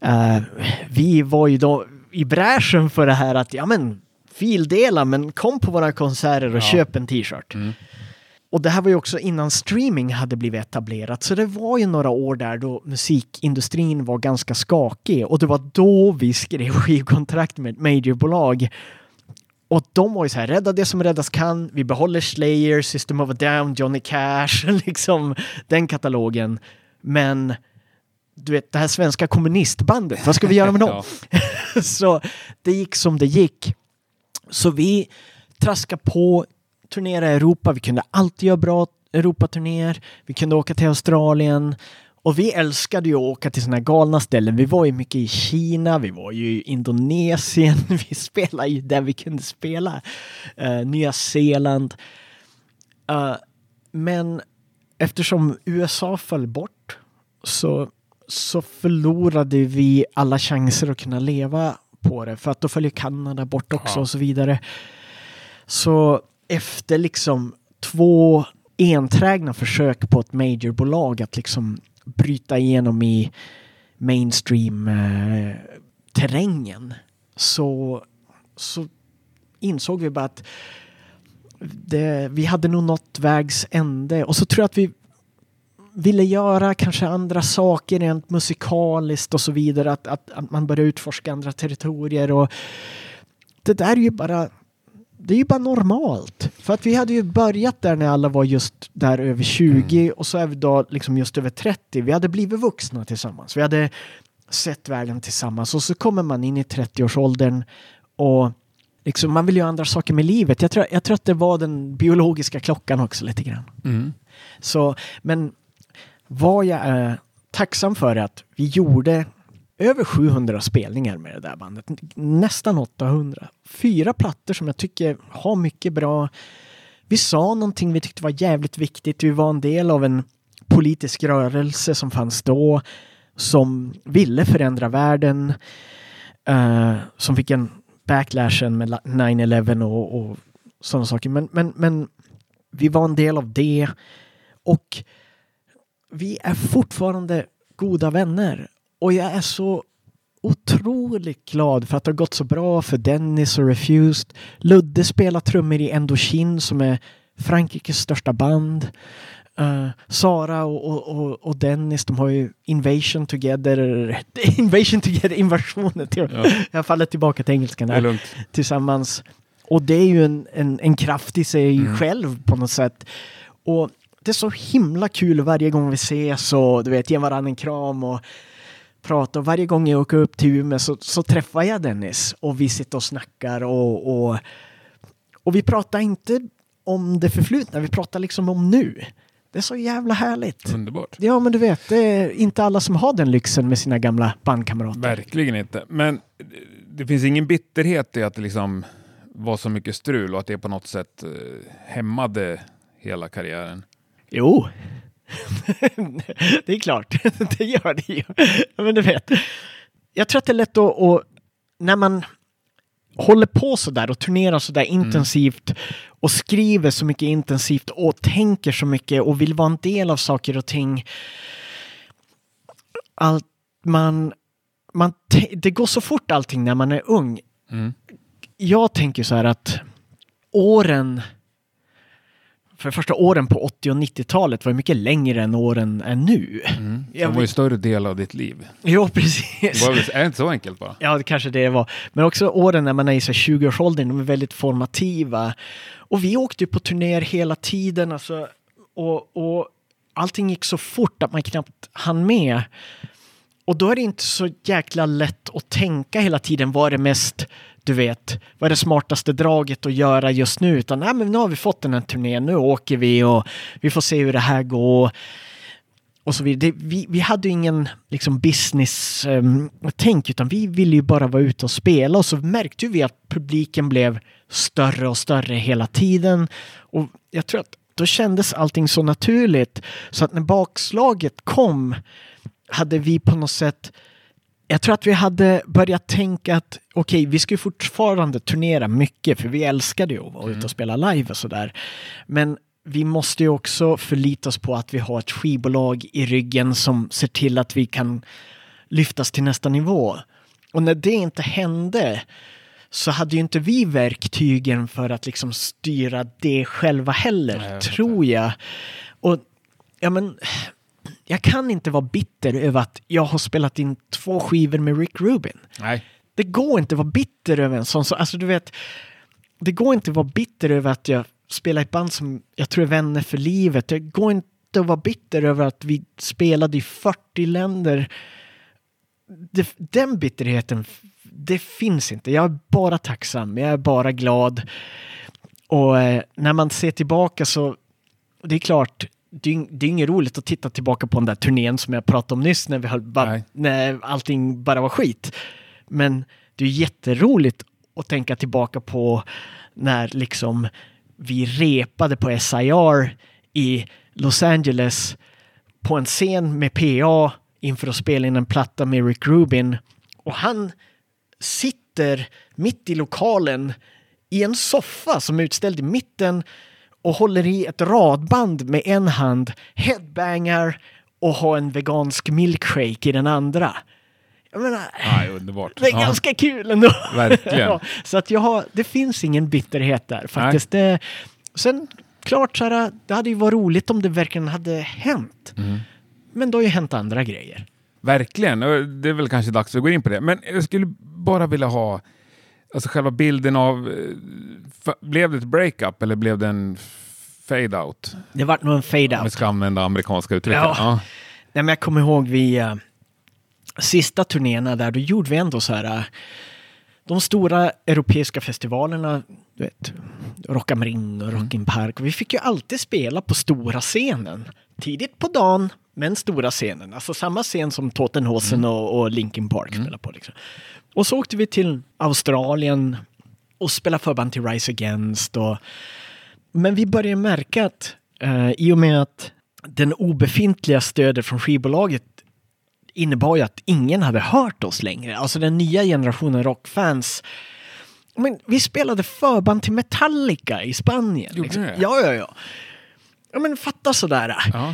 var ju då i bräschen för det här att fildela, men kom på våra konserter och köp en t-shirt. Och det här var ju också innan streaming hade blivit etablerat. Så det var ju några år där då musikindustrin var ganska skakig. Och det var då vi skrev skivkontrakt med ett majorbolag. Och de var ju så här, rädda det som räddas kan. Vi behåller Slayer, System of a Down, Johnny Cash, liksom den katalogen. Men du vet, det här svenska kommunistbandet, vad ska vi göra med dem? Så det gick som det gick. Så vi traskade på, turnera i Europa. Vi kunde alltid göra bra Europaturnéer. Vi kunde åka till Australien. Och vi älskade ju att åka till såna här galna ställen. Vi var ju mycket i Kina. Vi var ju i Indonesien. Vi spelade ju där vi kunde spela. Nya Zeeland. Men eftersom USA föll bort så förlorade vi alla chanser att kunna leva på det. För att då följer Kanada bort också och så vidare. Så efter liksom 2 enträgna försök på ett majorbolag att liksom bryta igenom i mainstream-terrängen så insåg vi bara att vi hade nog nått vägs ände. Och så tror jag att vi ville göra kanske andra saker rent musikaliskt och så vidare. Att man börjar utforska andra territorier. Och det där är ju bara... Det är ju bara normalt. För att vi hade ju börjat där när alla var just där över 20 och så är vi då liksom just över 30. Vi hade blivit vuxna tillsammans. Vi hade sett världen tillsammans. Och så kommer man in i 30-årsåldern och liksom man vill göra andra saker med livet. Jag tror att det var den biologiska klockan också lite grann. Så, men vad jag är tacksam för är att vi gjorde över 700 spelningar med det där bandet. Nästan 800. 4 plattor som jag tycker har mycket bra. Vi sa någonting vi tyckte var jävligt viktigt. Vi var en del av en politisk rörelse som fanns då. Som ville förändra världen. Som fick en backlashen med 9/11 och sådana saker. Men vi var en del av det. Och vi är fortfarande goda vänner. Och jag är så otroligt glad för att det har gått så bra för Dennis och Refused. Ludde spelar trummor i Endochin som är Frankrikes största band. Sara och Dennis, de har ju Invasionen till. Jag faller tillbaka till engelskan här. Tillsammans. Och det är ju en kraft i sig själv på något sätt. Och det är så himla kul varje gång vi ses och du vet, ge varandra en kram och prata. Och varje gång jag åker upp till Umeå så träffar jag Dennis och vi sitter och snackar och vi pratar inte om det förflutna, vi pratar liksom om nu. Det är så jävla härligt. Underbart. Ja, men du vet, det är inte alla som har den lyxen med sina gamla bandkamrater. Verkligen inte. Men det finns ingen bitterhet i att liksom var så mycket strul och att det på något sätt hämmade hela karriären? Jo, det är klart. Det gör det ju. Men du vet, jag tror att det är lätt att när man håller på så där och turnerar så där intensivt och skriver så mycket intensivt och tänker så mycket och vill vara en del av saker och ting. Det går så fort allting när man är ung. Jag tänker så här att för första åren på 80- och 90-talet var mycket längre än åren är nu. Det var ju större del av ditt liv. Jo, precis. Det är inte så enkelt bara. Ja, det kanske det var. Men också åren när man är i 20-årsåldern, de är väldigt formativa. Och vi åkte ju på turnéer hela tiden. Alltså, och allting gick så fort att man knappt hann med. Och då är det inte så jäkla lätt att tänka hela tiden vad är det mest, du vet, vad är det smartaste draget att göra just nu? Utan men nu har vi fått den här turnén, nu åker vi och vi får se hur det här går. Och så vidare. Vi hade ju ingen liksom business-tänk utan vi ville ju bara vara ute och spela. Och så märkte vi att publiken blev större och större hela tiden. Och jag tror att då kändes allting så naturligt. Så att när bakslaget kom hade vi på något sätt, jag tror att vi hade börjat tänka att okej, vi ska ju fortfarande turnera mycket för vi älskade ju att vara ute och spela live och sådär. Men vi måste ju också förlita oss på att vi har ett skivbolag i ryggen som ser till att vi kan lyftas till nästa nivå. Och när det inte hände så hade ju inte vi verktygen för att liksom styra det själva heller, tror jag. Och jag kan inte vara bitter över att jag har spelat in 2 skivor med Rick Rubin. Nej. Det går inte att vara bitter över en sån. Alltså du vet, det går inte att vara bitter över att jag spelar ett band som jag tror är vänner för livet. Det går inte att vara bitter över att vi spelade i 40 länder. Den bitterheten, det finns inte. Jag är bara tacksam. Jag är bara glad. Och när man ser tillbaka så, det är klart, det är inget roligt att titta tillbaka på den där turnén som jag pratade om nyss när allting bara var skit. Men det är jätteroligt att tänka tillbaka på när liksom vi repade på SIR i Los Angeles på en scen med PA inför att spela in en platta med Rick Rubin. Och han sitter mitt i lokalen i en soffa som är utställd i mitten och håller i ett radband med en hand, headbangar och har en vegansk milkshake i den andra. Jag menar, underbart. Det är ganska kul ändå. Verkligen. Ja, så att det finns ingen bitterhet där faktiskt. Sen klart så här, det hade ju varit roligt om det verkligen hade hänt. Men då har ju hänt andra grejer. Verkligen, och det är väl kanske dags att gå in på det. Men jag skulle bara vilja ha alltså själva bilden av, blev det ett breakup eller blev det en fade out? Det var nog en fade out. Om vi ska använda amerikanska uttryck. Ja. Nej, men jag kommer ihåg sista turnéerna där, då gjorde vi ändå så här de stora europeiska festivalerna, du vet, Rock am Ring och Rock in Park. Och vi fick ju alltid spela på stora scenen. Tidigt på dagen, men stora scenen. Alltså samma scen som Tottenhausen och Linkin Park spelar på. Liksom. Och så åkte vi till Australien och spelade förband till Rise Against. Men vi började märka att i och med att den obefintliga stödet från skivbolaget innebar ju att ingen hade hört oss längre. Alltså den nya generationen rockfans. Men vi spelade förband till Metallica i Spanien. Liksom. Ja. Ja, men fatta sådär. Ja.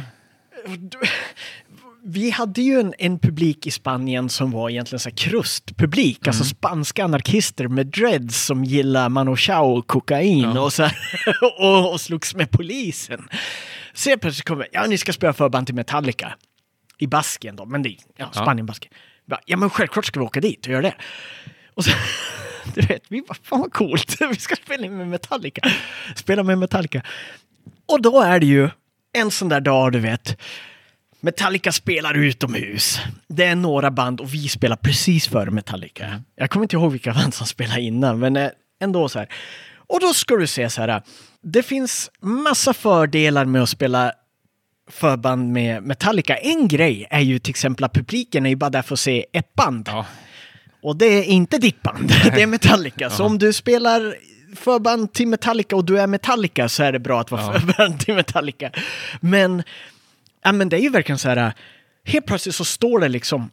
Vi hade ju en publik i Spanien som var egentligen så här krustpublik. Alltså spanska anarkister med dreads som gillar Manu Chao och kokain och, så här, och slogs med polisen. Så plötsligt kommer ni ska spela förband till Metallica. I Baskien då, men det Spanien, Baskien. Ja, men självklart ska vi åka dit och göra det. Och så, du vet, vi bara, fan vad coolt. Vi ska spela med Metallica. Spela med Metallica. Och då är det ju en sån där dag, du vet. Metallica spelar utomhus. Det är några band och vi spelar precis före Metallica. Jag kommer inte ihåg vilka band som spelar innan, men ändå så här. Och då ska du se så här. Det finns massa fördelar med att spela förband med Metallica. En grej är ju till exempel att publiken är ju bara där för att se ett band. Ja. Och det är inte ditt band. Det är Metallica. Så om du spelar förband till Metallica och du är Metallica så är det bra att vara förband till Metallica. Men det är ju verkligen så här, helt plötsligt så står det liksom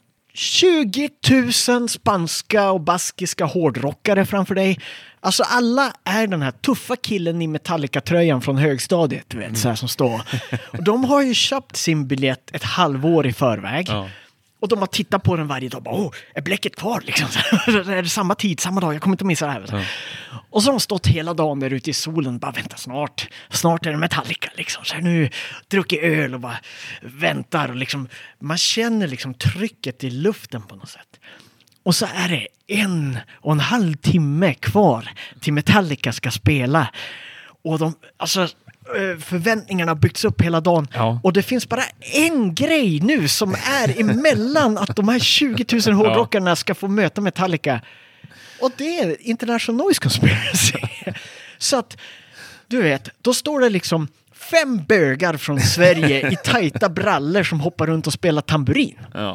20 000 spanska och baskiska hårdrockare framför dig. Alltså alla är den här tuffa killen i Metallica-tröjan från högstadiet, du vet, så här som står. Och de har ju köpt sin biljett ett halvår i förväg. Ja. Och de har tittat på den varje dag. Bara, är bläcket kvar? Liksom. Är det samma tid, samma dag? Jag kommer inte missa det här. Ja. Och så har de stått hela dagen där ute i solen. Bara vänta snart är det Metallica. Liksom. Så här, nu druckit öl och bara väntar. Och liksom, man känner liksom trycket i luften på något sätt. Och så är det 1,5 timme kvar till Metallica ska spela. Och förväntningarna har byggts upp hela dagen. Ja. Och det finns bara en grej nu som är emellan att de här 20 000 hårdrockarna ska få möta Metallica. Och det är International Noise Conspiracy. Så att, du vet, då står det liksom 5 bögar från Sverige i tajta brallor som hoppar runt och spelar tamburin. Ja.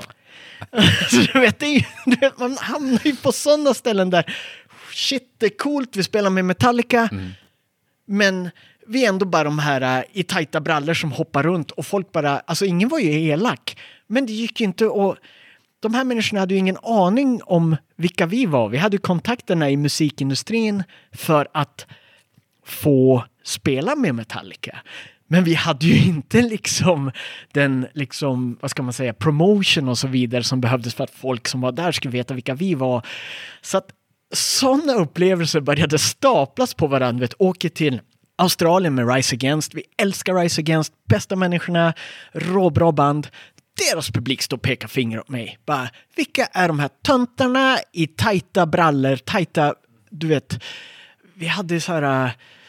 Så du vet, man hamnar ju på sådana ställen där shit, det är coolt, vi spelar med Metallica. Men vi är ändå bara de här i tajta brallor som hoppar runt och folk bara, alltså ingen var ju elak, men det gick ju inte, och de här människorna hade ju ingen aning om vilka vi var. Vi hade ju kontakterna i musikindustrin för att få spela med Metallica. Men vi hade ju inte liksom den, liksom, vad ska man säga, promotion och så vidare som behövdes för att folk som var där skulle veta vilka vi var. Så att sådana upplevelser började staplas på varandra. Vet, åker till Australien med Rise Against. Vi älskar Rise Against. Bästa människorna. Råbra band. Deras publik står och pekar finger åt mig. Bara, vilka är de här töntarna i tajta brallor? Tajta, du vet. Vi hade så här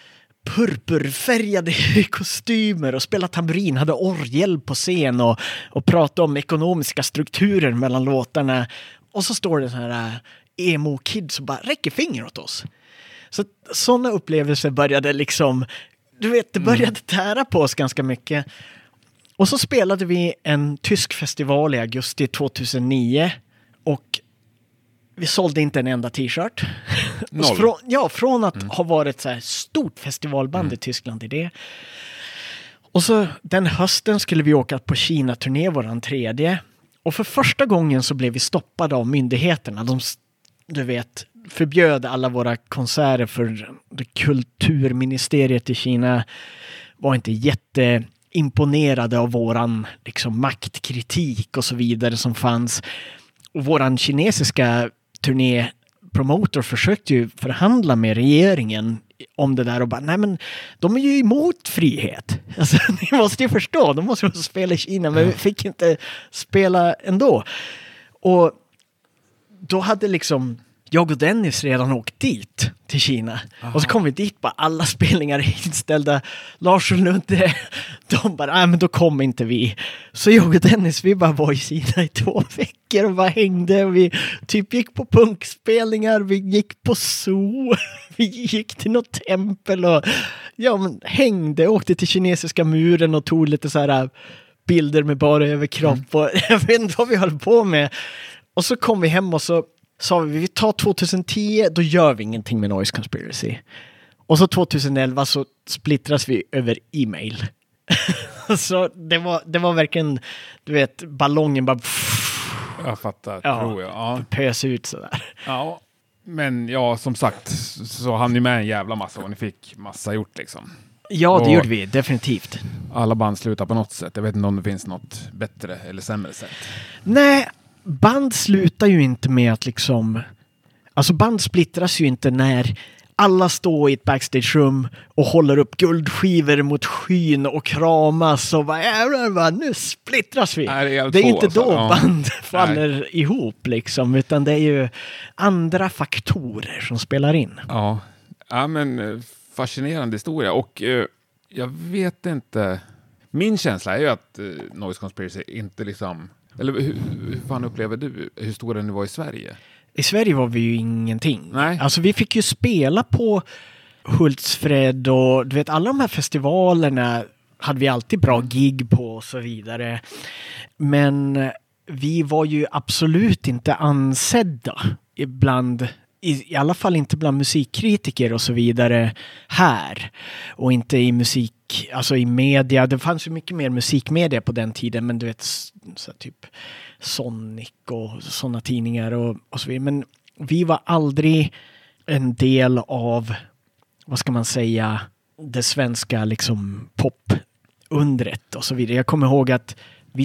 purpurfärgade kostymer och spelade tamburin. Hade orgel på scen och pratade om ekonomiska strukturer mellan låtarna. Och så står det så här emo-kids som bara räcker finger åt oss. Så sådana upplevelser började liksom, du vet, det började tära på oss ganska mycket. Och så spelade vi en tysk festival i augusti 2009 och vi sålde inte en enda t-shirt. Från att ha varit så här stort festivalband i Tyskland i det. Och så den hösten skulle vi åka på Kina-turné, våran 3:e. Och för första gången så blev vi stoppade av myndigheterna. De, du vet, förbjöd alla våra konserter för det kulturministeriet i Kina var inte jätteimponerade av våran liksom maktkritik och så vidare som fanns. Och våran kinesiska turnépromotor försökte ju förhandla med regeringen om det där och bara, nej men de är ju emot frihet. Alltså ni måste ju förstå, de måste ju spela i Kina men vi fick inte spela ändå. Och då hade liksom jag och Dennis redan åkt dit till Kina. Aha. Och så kom vi dit, bara alla spelningar är inställda. Lars och Ludde, de bara, nej men då kommer inte vi. Så jag och Dennis, vi bara var i Kina i 2 veckor och bara hängde. Och vi typ gick på punkspelningar, vi gick på zoo, vi gick till något tempel och hängde, åkte till kinesiska muren och tog lite så här bilder med bara överkropp. Och jag vet inte vad vi höll på med. Och så kom vi hem och så sa vi tar 2010, då gör vi ingenting med Noise Conspiracy. Och så 2011 så splittras vi över e-mail. Så det var verkligen, du vet, ballongen bara... Jag fattar, tror jag. Ja. Pös ut sådär. Ja, men som sagt så hann ni med en jävla massa och ni fick massa gjort liksom. Ja, det gjorde vi, definitivt. Alla band slutar på något sätt. Jag vet inte om det finns något bättre eller sämre sätt. Nej, band slutar ju inte med att liksom... Alltså band splittras ju inte när alla står i ett backstage-rum och håller upp guldskivor mot skyn och kramas och bara, nu splittras vi. Det är inte då band faller ihop liksom, utan det är ju andra faktorer som spelar in. Ja, men fascinerande historia och jag vet inte... Min känsla är ju att Noise Conspiracy inte liksom... Eller hur fan upplever du hur stor den var i Sverige? I Sverige var vi ju ingenting. Nej. Alltså vi fick ju spela på Hultsfred och du vet alla de här festivalerna hade vi alltid bra gig på och så vidare. Men vi var ju absolut inte ansedda ibland i alla fall inte bland musikkritiker och så vidare här. Och inte i musik, alltså i media. Det fanns ju mycket mer musikmedia på den tiden, men du vet, så typ Sonic och sådana tidningar och så vidare. Men vi var aldrig en del av, vad ska man säga, det svenska liksom popundret och så vidare. Jag kommer ihåg att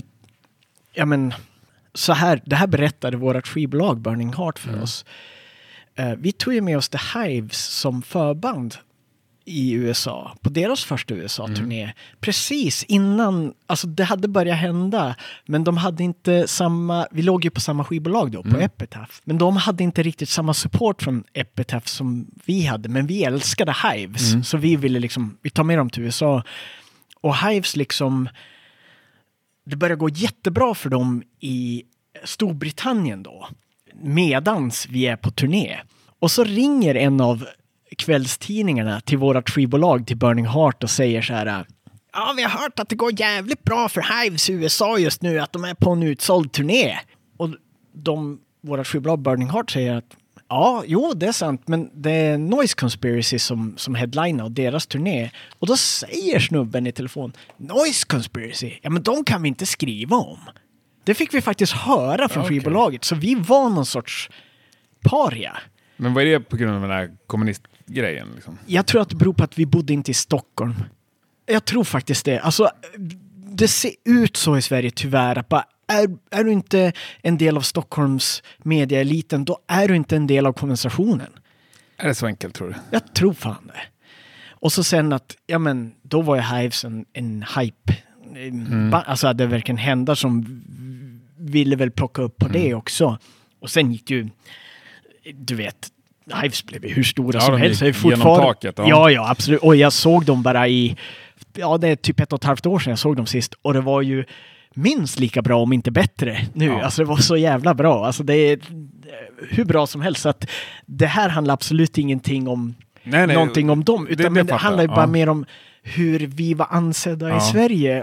det här berättade vårt skivbolag Burning Heart för oss. Vi tog ju med oss The Hives som förband i USA, på deras första USA-turné. Precis innan, alltså det hade börjat hända, men de hade inte samma, vi låg ju på samma skivbolag då, på Epitaph. Men de hade inte riktigt samma support från Epitaph som vi hade, men vi älskade Hives. Så vi ville liksom, vi tar med dem till USA. Och Hives liksom, det började gå jättebra för dem i Storbritannien då, medans vi är på turné. Och så ringer en av kvällstidningarna till vårat skivbolag, till Burning Heart, och säger så här: ja, vi har hört att det går jävligt bra för Hives i USA just nu, att de är på en utsåld turné. Och vårat skivbolag Burning Heart säger att ja, jo, det är sant, men det är Noise Conspiracy som headliner och deras turné. Och då säger snubben i telefon: Noise Conspiracy? Ja, men de kan vi inte skriva om. Det fick vi faktiskt höra från skivbolaget, så vi var någon sorts paria. Men vad är det på grund av den här kommunistgrejen? Liksom? Jag tror att det beror på att vi bodde inte i Stockholm. Jag tror faktiskt det. Alltså, det ser ut så i Sverige tyvärr, att bara, är du inte en del av Stockholms mediaeliten, då är du inte en del av konversationen. Är det så enkelt, tror du? Jag tror fan det. Och så sen att, ja men, då var ju Hives en hype. Alltså att det verkligen hända som ville väl plocka upp på det också. Och sen gick ju, du vet, Hives blev hur stora som helst. Genom taket. Ja, absolut. Och jag såg dem bara det är typ 1,5 år sedan jag såg dem sist. Och det var ju minst lika bra, om inte bättre nu. Ja. Alltså det var så jävla bra. Alltså det är hur bra som helst. Så att det här handlar absolut ingenting om någonting om dem. Utan det handlar ju bara mer om hur vi var ansedda i Sverige.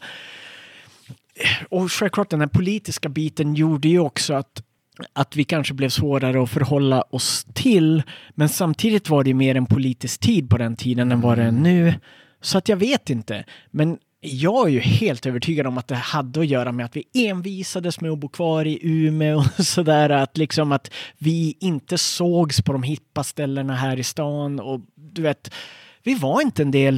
Och självklart den här politiska biten gjorde ju också att vi kanske blev svårare att förhålla oss till. Men samtidigt var det mer en politisk tid på den tiden än vad det är nu. Så att jag vet inte. Men jag är ju helt övertygad om att det hade att göra med att vi envisades med att bo kvar i Umeå och sådär. Att liksom att vi inte sågs på de hippa ställena här i stan. Och du vet, vi var inte en del.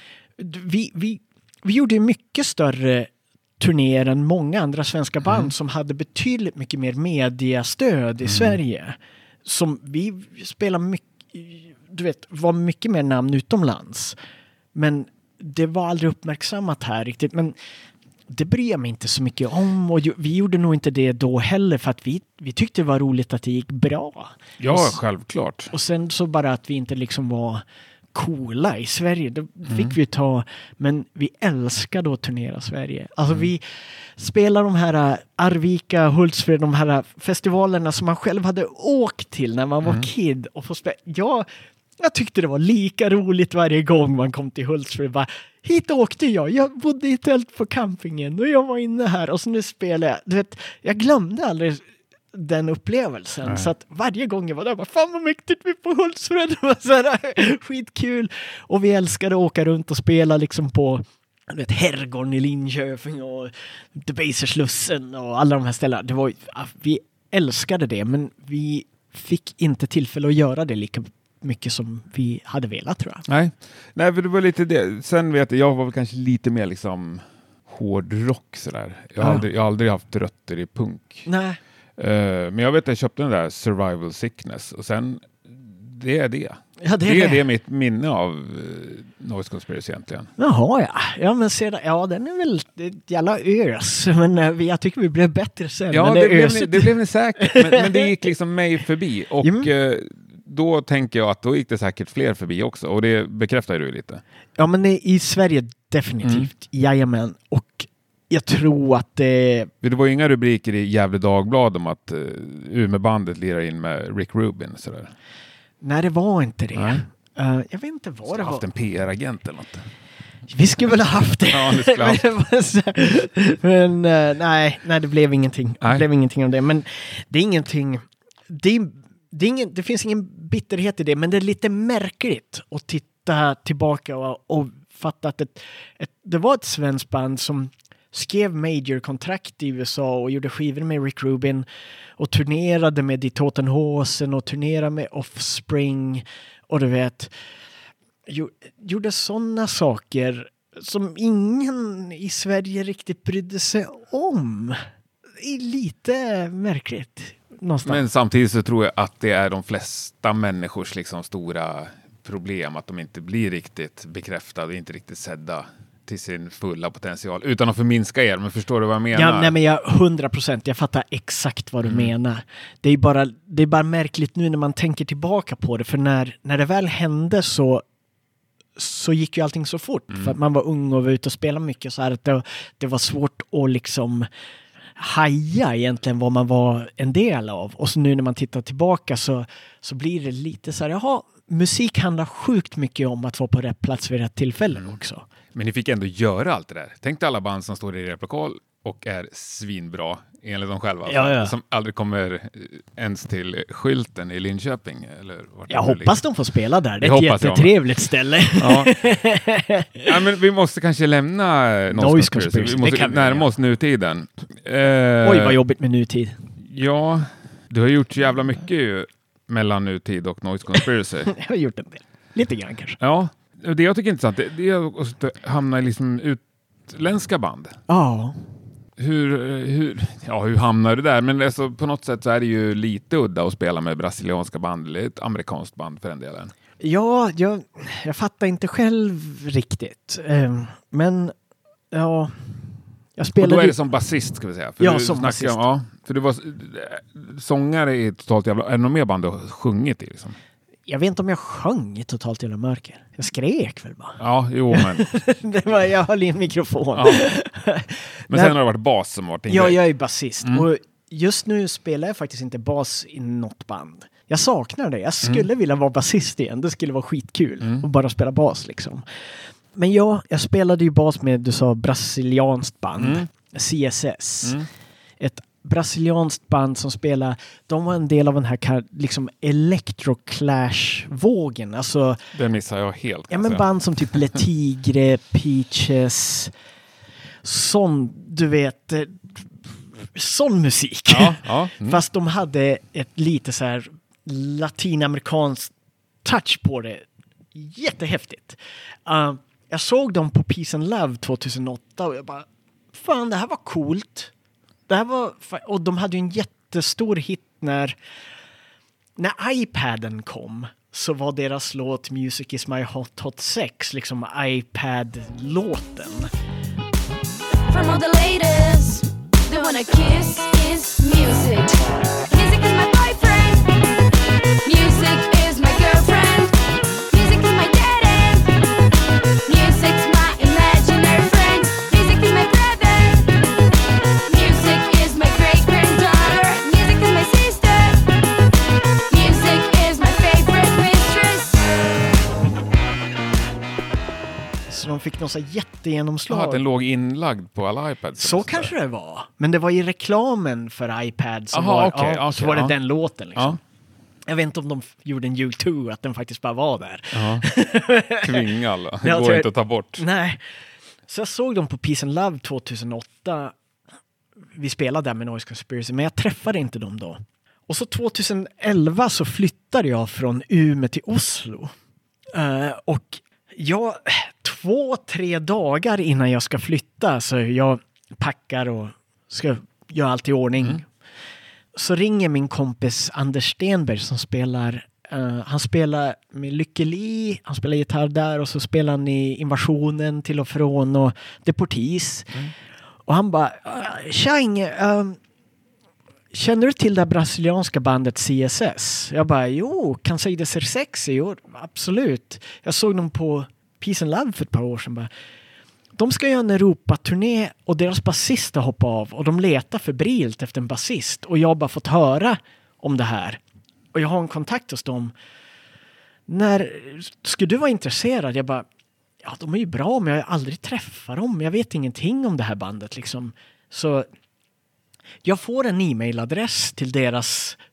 Vi gjorde mycket större turnéer än många andra svenska band som hade betydligt mycket mer mediastöd i Sverige. Som vi spelade mycket, du vet, var mycket mer namn utomlands. Men det var aldrig uppmärksammat här riktigt. Men det bryr jag mig inte så mycket om. Och vi gjorde nog inte det då heller, för att vi tyckte det var roligt att det gick bra. Ja, självklart. Och sen så bara att vi inte liksom var coola i Sverige. Då fick vi ta, men vi älskade att turnera Sverige. Alltså vi spelar de här Arvika, Hultsfred, de här festivalerna som man själv hade åkt till när man var kid och få spela. Jag tyckte det var lika roligt varje gång man kom till Hultsfred. Bara, hit åkte jag bodde i tält på campingen och jag var inne här och så nu spelar jag. Du vet, jag glömde aldrig den upplevelsen. Nej. Så att varje gång jag var där, bara, fan vad mäktigt vi på Hultsfred. Det var så här, skitkul. Och vi älskade att åka runt och spela liksom på Herrgården i Linköping och Debaserslussen och alla de här ställena. Vi älskade det, men vi fick inte tillfälle att göra det lika mycket som vi hade velat, tror jag. Nej, för det var lite det. Sen vet jag var väl kanske lite mer liksom hårdrock sådär. Jag har aldrig haft rötter i punk. Nej. Men jag vet att jag köpte den där Survival Sickness och sen det är det. Ja, det är mitt minne av Noise Conspiracy egentligen. Jaha, ja. Ja, men sedan, den är väl ett jävla ös. Men jag tycker vi blev bättre sen. Ja, men det blev ni säkert. Men det gick liksom mig förbi. Och då tänker jag att då gick det säkert fler förbi också. Och det bekräftar du lite. Ja, men i Sverige definitivt. Jajamän. Och jag tror att det var ju inga rubriker i Gävle Dagblad om att Umeåbandet lirar in med Rick Rubin. Sådär. Nej, det var inte det. Jag vet inte vad det var. Haft en PR-agent eller något. Vi skulle väl ha haft det. Ja, det skulle haft. Men nej, det blev ingenting. Det blev ingenting om det. Men det är ingenting. det finns ingen bitterhet i det, men det är lite märkligt att titta tillbaka och fatta att det var ett svenskt band som skrev major-kontrakt i USA och gjorde skivor med Rick Rubin och turnerade med Die Toten Hosen och turnerade med Offspring och du vet, gjorde sådana saker som ingen i Sverige riktigt brydde sig om. Det är lite märkligt någonstans. Men samtidigt så tror jag att det är de flesta människors liksom stora problem att de inte blir riktigt bekräftade, inte riktigt sedda till sin fulla potential. Utan att förminska er, men förstår du vad jag menar? Ja, nej, men 100%, jag fattar exakt vad du menar. Det är bara märkligt nu när man tänker tillbaka på det, för när det väl hände så gick ju allting så fort. För att man var ung och var ute och spelade mycket så här att det var svårt att liksom haja egentligen vad man var en del av. Och så nu när man tittar tillbaka så blir det lite så här, jaha, musik handlar sjukt mycket om att vara på rätt plats vid rätt tillfälle också. Men ni fick ändå göra allt det där. Tänk dig alla band som står i replokal och är svinbra enligt dem själva. Ja. Som aldrig kommer ens till skylten i Linköping. Eller vart jag hoppas de får spela där. Det är ett jättetrevligt ställe. Ja. Ja, men vi måste kanske lämna Noise Conspiracy. Vi måste närma oss nutiden. Oj, vad jobbigt med nutid. Ja, du har gjort så jävla mycket ju mellan nutid och Noise Conspiracy. Jag har gjort en del. Lite grann kanske. Ja, det jag tycker är intressant det är att hamna i liksom utländska band. Ja. Hur hamnar du där? Men alltså, på något sätt så är det ju lite udda att spela med brasilianska band eller ett amerikanskt band för den delen. Ja, jag fattar inte själv riktigt. Men ja, jag spelade... Och då är det som basist ska vi säga. För ja, som basist. Ja, för du var sångare i Totalt Jävla... Är det någon mer band du har sjungit i liksom? Jag vet inte om jag sjöng i Totalt Jävla Mörker. Jag skrek väl bara. Ja, jo men... Jag höll i en mikrofon. Ja. Men sen har det varit bas som varit... Ja, jag är basist. Och just nu spelar jag faktiskt inte bas i något band. Jag saknar det. Jag skulle vilja vara basist igen. Det skulle vara skitkul. Och bara spela bas liksom. Men ja, jag spelade ju bas med, du sa, brasilianskt band. CSS. Ett brasilianskt band som spelar, de var en del av den här liksom electroclash-vågen. Alltså, det missar jag helt. Ja, men band som typ Le Tigre, Peaches, sån, du vet, sån musik. Ja. Fast de hade ett lite så här latinamerikanskt touch på det. Jättehäftigt. Jag såg dem på Peace and Love 2008 och jag bara, fan, det här var coolt. Det här var, och de hade ju en jättestor hit när iPaden kom, så var deras låt Music is my hot sex liksom iPad-låten. From all the ladies, they wanna kiss is music. Music is my boyfriend. Music is my girlfriend. Music is my daddy. Music's my imaginary friend. Music is my brother. Music is my great-granddaughter. Music is my sister. Music is my favorite mistress. Så de fick någon så jättegenomslag. Att den låg inlagd på alla iPads. Så kanske det var. Men det var i reklamen för iPad som så var det den låten liksom. Ja. Jag vet inte om de gjorde en U2 att den faktiskt bara var där. Kvingal. Det går inte att ta bort. Nej. Så jag såg dem på Peace and Love 2008. Vi spelade där med Noise Conspiracy, men jag träffade inte dem då. Och så 2011 så flyttade jag från Umeå till Oslo. Och jag 2-3 dagar innan jag ska flytta, så jag packar och ska göra allt i ordning. Så ringer min kompis Anders Stenberg som spelar, han spelar med Lykke Li, han spelar gitarr där och så spelar han i Invasionen, Till och från och Deportees. Och han bara, Chang, känner du till det brasilianska bandet CSS? Jag bara, jo, kan säga det ser sexy, jo, absolut. Jag såg dem på Peace and Love för ett par år sedan. Bara, de ska göra en Europa-turné och deras basist har hoppat av och de letar febrilt efter en basist och jag har bara fått höra om det här. Och jag har en kontakt hos dem. När skulle du vara intresserad? Jag bara, ja, de är ju bra, men jag har aldrig träffat dem. Jag vet ingenting om det här bandet liksom. Så jag får en e-mailadress till deras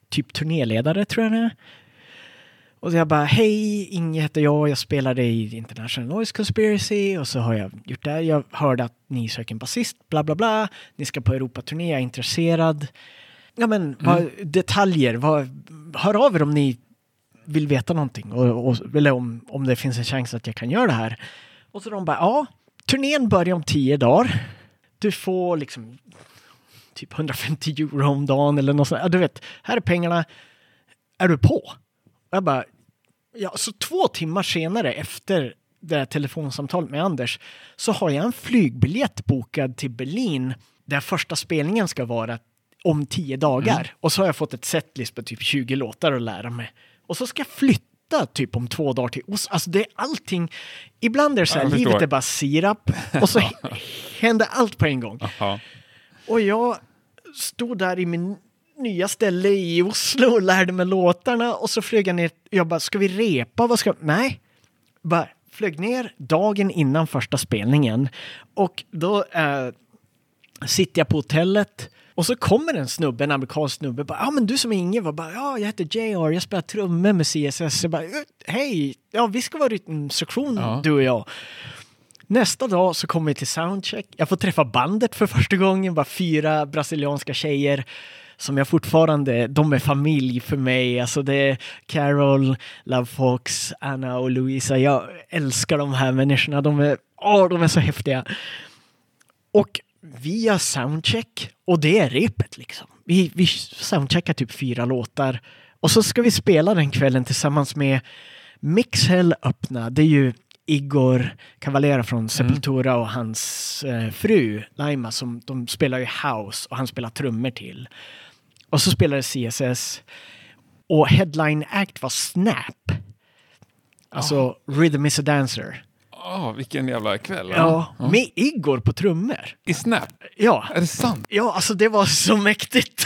typ turnéledare tror jag det är. Och så jag bara, hej, Inge heter jag spelade i International Noise Conspiracy och så har jag gjort det här. Jag hörde att ni söker en basist, bla bla bla. Ni ska på Europaturné, jag är intresserad. Ja men, detaljer, hör av er om ni vill veta någonting. Eller om det finns en chans att jag kan göra det här. Och så de bara, ja, turnén börjar om 10 dagar. Du får liksom typ 150 euro om dagen eller något sånt. Ja, du vet, här är pengarna. Är du på? Jag bara, ja, så 2 timmar senare efter det här telefonsamtalet med Anders så har jag en flygbiljett bokad till Berlin där första spelningen ska vara om 10 dagar. Och så har jag fått ett setlist på typ 20 låtar att lära mig. Och så ska jag flytta typ om 2 dagar till Oslo. Alltså det är allting. Ibland är det så här, livet är bara sirap. Och så händer allt på en gång. Aha. Och jag stod där i min nya ställe i Oslo och lärde mig låtarna. Och så flög jag ner. Jag bara, ska vi repa? Nej. Bara flög ner dagen innan första spelningen. Och då sitter jag på hotellet. Och så kommer en amerikansk snubbe. Ja, men du som är Inge var bara, ja, jag heter JR. Jag spelar trummor med CSS. Jag bara, hej, ja, vi ska vara i en sektion, du och jag. Nästa dag så kommer vi till soundcheck. Jag får träffa bandet för första gången. Bara 4 brasilianska tjejer som jag fortfarande, de är familj för mig. Alltså det är Carol, Love Fox, Anna och Louisa. Jag älskar de här människorna. De är så häftiga. Och vi gör soundcheck och det är repet liksom. Vi soundcheckar typ 4 låtar och så ska vi spela den kvällen tillsammans med Mixhell öppna. Det är ju Igor Cavalera från Sepultura och hans fru Laima som de spelar ju house och han spelar trummor till. Och så spelade CSS och headline act var Snap. Alltså Rhythm is a Dancer. Vilken jävla kväll. Ja, med Igor på trummor. I Snap? Ja. Är det sant? Ja, alltså det var så mäktigt.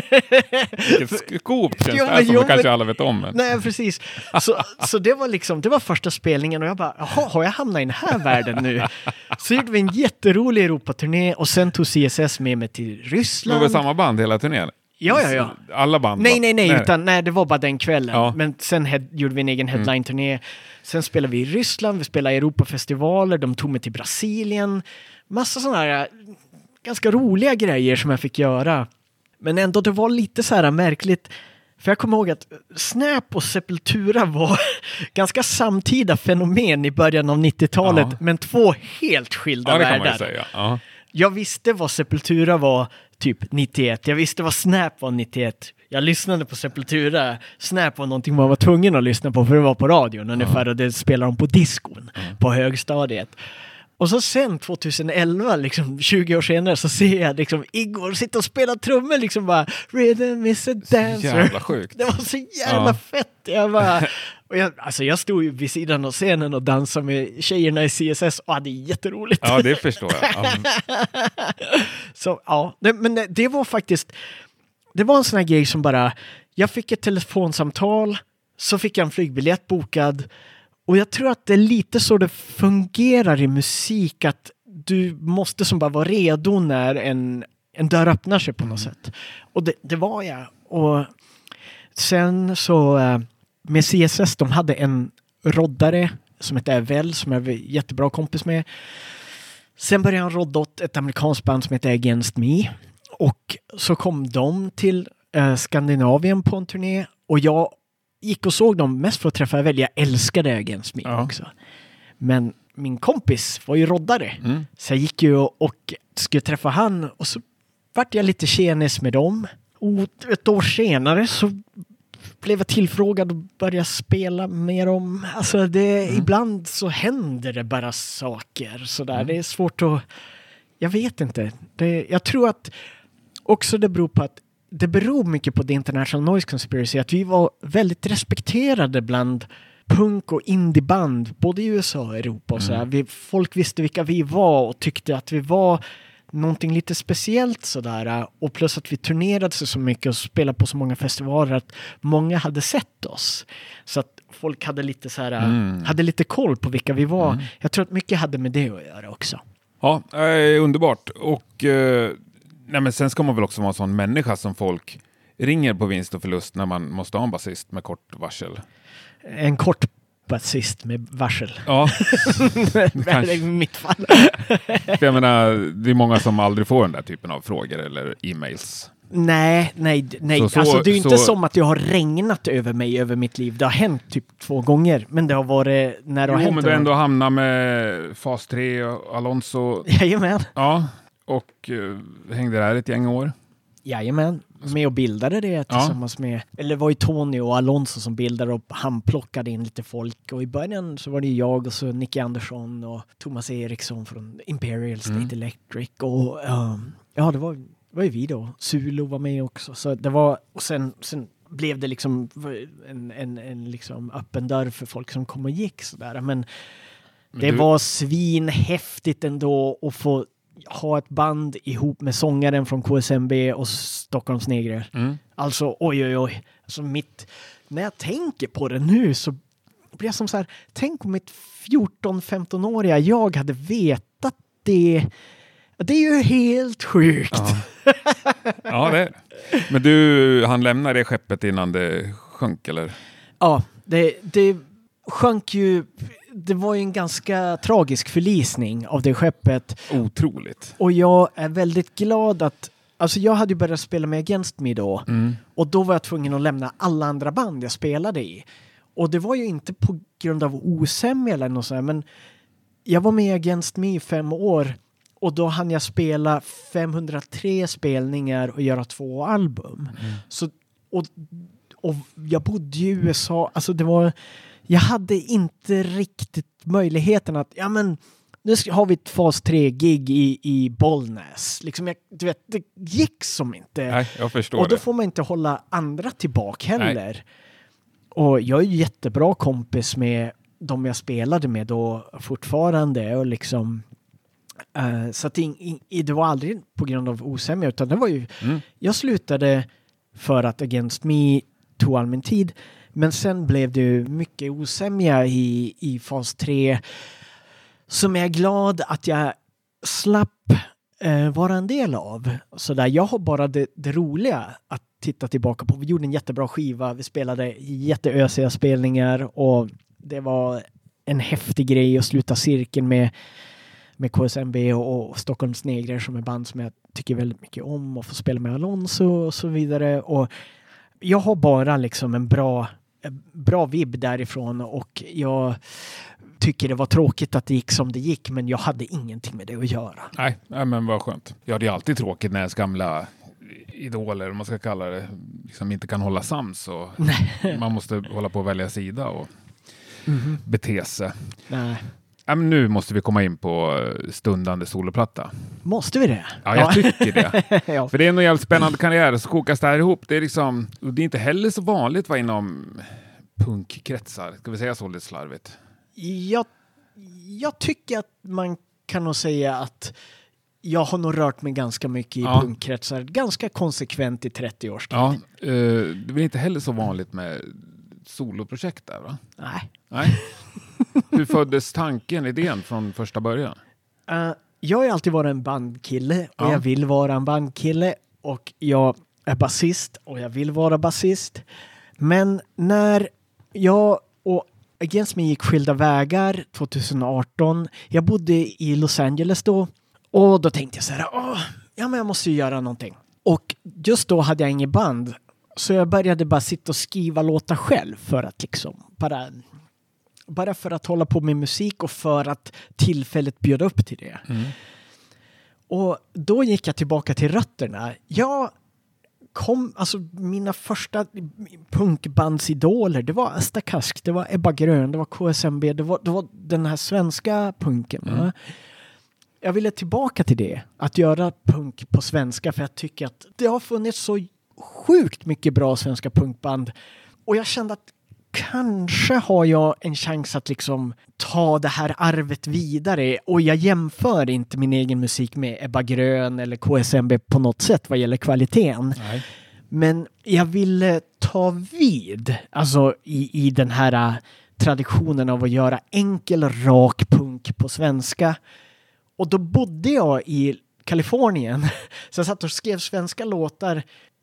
Vilket skop känns det som kanske alla vet om. Men. Nej, precis. Så det var liksom, det var första spelningen och jag bara, jaha, har jag hamnat i den här världen nu? Så gjorde vi en jätterolig Europaturné och sen tog CSS med mig till Ryssland. Det var samma band hela turnén? Ja. Alla band? Nej, det var bara den kvällen. Ja. Men sen gjorde vi en egen headline-turné. Sen spelade vi i Ryssland, vi spelade i Europafestivaler, de tog mig till Brasilien. Massa sådana här ganska roliga grejer som jag fick göra. Men ändå, det var lite så här märkligt. För jag kommer ihåg att Snap och Sepultura var ganska samtida fenomen i början av 90-talet. Men 2 helt skilda världar. Kan man ju säga. Ja. Jag visste vad Sepultura var typ 91. Jag visste vad Snap var 91. Jag lyssnade på Sepultura. Snap var någonting man var tvungen att lyssna på för det var på radion ungefär och det spelade de på diskon på högstadiet. Och så sen 2011, liksom 20 år senare, så ser jag liksom Igor sitta och spela trummor liksom bara Rhythm is a dancer. Jävla sjukt. Det var så jävla fett. Jag bara... Och jag stod ju vid sidan av scenen och dansade med tjejerna i CSS och hade jätteroligt. Ja, det förstår jag. Så ja, men det var faktiskt, det var en sån här grej som bara, jag fick ett telefonsamtal, så fick jag en flygbiljett bokad och jag tror att det är lite så det fungerar i musik att du måste som bara vara redo när en dörr öppnar sig på något sätt. Och det var jag. Och sen så... Med CSS, de hade en roddare som heter Evel, som jag är jättebra kompis med. Sen började han rodda åt ett amerikanskt band som heter Against Me. Och så kom de till Skandinavien på en turné. Och jag gick och såg dem mest för att träffa Evel. Jag älskade Against Me också. Men min kompis var ju roddare. Så jag gick ju och skulle träffa han. Och så vart jag lite tjenis med dem. Och ett år senare så blev jag tillfrågad och började spela med dem. Alltså ibland så händer det bara saker sådär. Det är svårt att... Jag vet inte. Jag tror att också det beror på att det beror mycket på The International Noise Conspiracy att vi var väldigt respekterade bland punk- och indieband både i USA och Europa och sådär. Folk visste vilka vi var och tyckte att vi var någonting lite speciellt sådär, och plus att vi turnerade så mycket och spelade på så många festivaler att många hade sett oss, så att folk hade lite så här, hade lite koll på vilka vi var. Jag tror att mycket hade med det att göra också. Ja, underbart. Och men sen ska man väl också vara en sån människa som folk ringer på vinst och förlust när man måste ha en basist med kort varsel? En kort basist med varsel. Ja, Eller i mitt fall. för jag menar, det är många som aldrig får den där typen av frågor eller e-mails. Nej. Så- Alltså det är ju inte så- som att det har regnat över mig, över mitt liv. Det har hänt typ 2 gånger. Men det har varit när det har Jo, hänt. men du ändå hamnar med fas 3 och Alonso. Jajamän. Ja, och hängde där ett gäng år. Jajamän. Med och bildade det tillsammans med... Eller det var ju Tony och Alonso som bildade och han plockade in lite folk. Och i början så var det jag och så Nicky Andersson och Thomas Eriksson från Imperial State Electric. Och ja, det var ju vi då. Zulu var med också. Så det var... Och sen blev det liksom en liksom öppen dörr för folk som kom och gick sådär. Men det var svinhäftigt ändå att få ha ett band ihop med sångaren från KSMB och Stockholms Negrer. Alltså, oj. Alltså när jag tänker på det nu så blir jag som så här, tänk om mitt 14-15-åriga jag hade vetat det. Det är ju helt sjukt. Ja, ja det är det. Men du, han lämnade det skeppet innan det sjönk, eller? Ja, det sjönk ju. Det var ju en ganska tragisk förlisning av det skeppet. Otroligt. Och jag är väldigt glad att... Alltså jag hade ju börjat spela med Against Me då. Och då var jag tvungen att lämna alla andra band jag spelade i. Och det var ju inte på grund av osämja eller något sånt. Men jag var med i Against Me i 5 år. Och då hann jag spela 503 spelningar och göra 2 album. Så, och jag bodde i USA. Alltså det var... Jag hade inte riktigt möjligheten att... Ja men... Nu har vi ett fas 3-gig i Bollnäs. Liksom du vet, det gick som inte. Nej, jag förstår och då det. får man inte hålla andra tillbaka heller. Nej. Och jag är ju jättebra kompis med de jag spelade med då fortfarande. Och liksom, så att det var aldrig på grund av osämja. Utan det var ju... Jag slutade för att Against Me tog all min tid. Men sen blev det ju mycket osämja i fas 3. Som jag är glad att jag slapp vara en del av. Så där, jag har bara det roliga att titta tillbaka på. Vi gjorde en jättebra skiva. Vi spelade jätteösiga spelningar. Och det var en häftig grej att sluta cirkeln med KSMB och Stockholms Negrer som är band som jag tycker väldigt mycket om. Och få spela med Alonso och så vidare. Och jag har bara liksom en bra vibb därifrån. Och jag... tycker det var tråkigt att det gick som det gick, men jag hade ingenting med det att göra. Nej, men vad skönt. Ja, det är alltid tråkigt när ens gamla idoler, om man ska kalla det, liksom inte kan hålla sams och man måste hålla på att välja sida och bete sig. Nej. Ja, men nu måste vi komma in på stundande soloplatta. Måste vi det? Ja, jag tycker det. Ja. För det är en jävligt spännande karriär, så kokas det här ihop. Det är liksom, det är inte heller så vanligt inom punkkretsar. Ska vi säga så lite slarvigt? Jag tycker att man kan nog säga att jag har nog rört mig ganska mycket i punkkretsar. Ganska konsekvent i 30 års tid. Ja, det är väl inte heller så vanligt med soloprojekt där, va? Nej. Hur föddes tanken, idén från första början? Jag har alltid varit en bandkille och jag vill vara en bandkille. Och jag är basist och jag vill vara basist. Men när jag och Against Me gick skilda vägar 2018. Jag bodde i Los Angeles då. Och då tänkte jag så här, men jag måste ju göra någonting. Och just då hade jag ingen band. Så jag började bara sitta och skriva låtar själv för att liksom bara för att hålla på med musik och för att tillfället bjöd upp till det. Och då gick jag tillbaka till rötterna. Mina första punkbandsidoler, det var Asta Kask, det var Ebba Grön, det var KSMB, det var den här svenska punken. Jag ville tillbaka till det, att göra punk på svenska, för jag tycker att det har funnits så sjukt mycket bra svenska punkband. Och jag kände att kanske har jag en chans att liksom ta det här arvet vidare. Och jag jämför inte min egen musik med Ebba Grön eller KSMB på något sätt vad gäller kvaliteten. Nej. Men jag ville ta vid, alltså i den här traditionen av att göra enkel rak punk på svenska. Och då bodde jag i Kalifornien. Så jag satt och skrev svenska låtar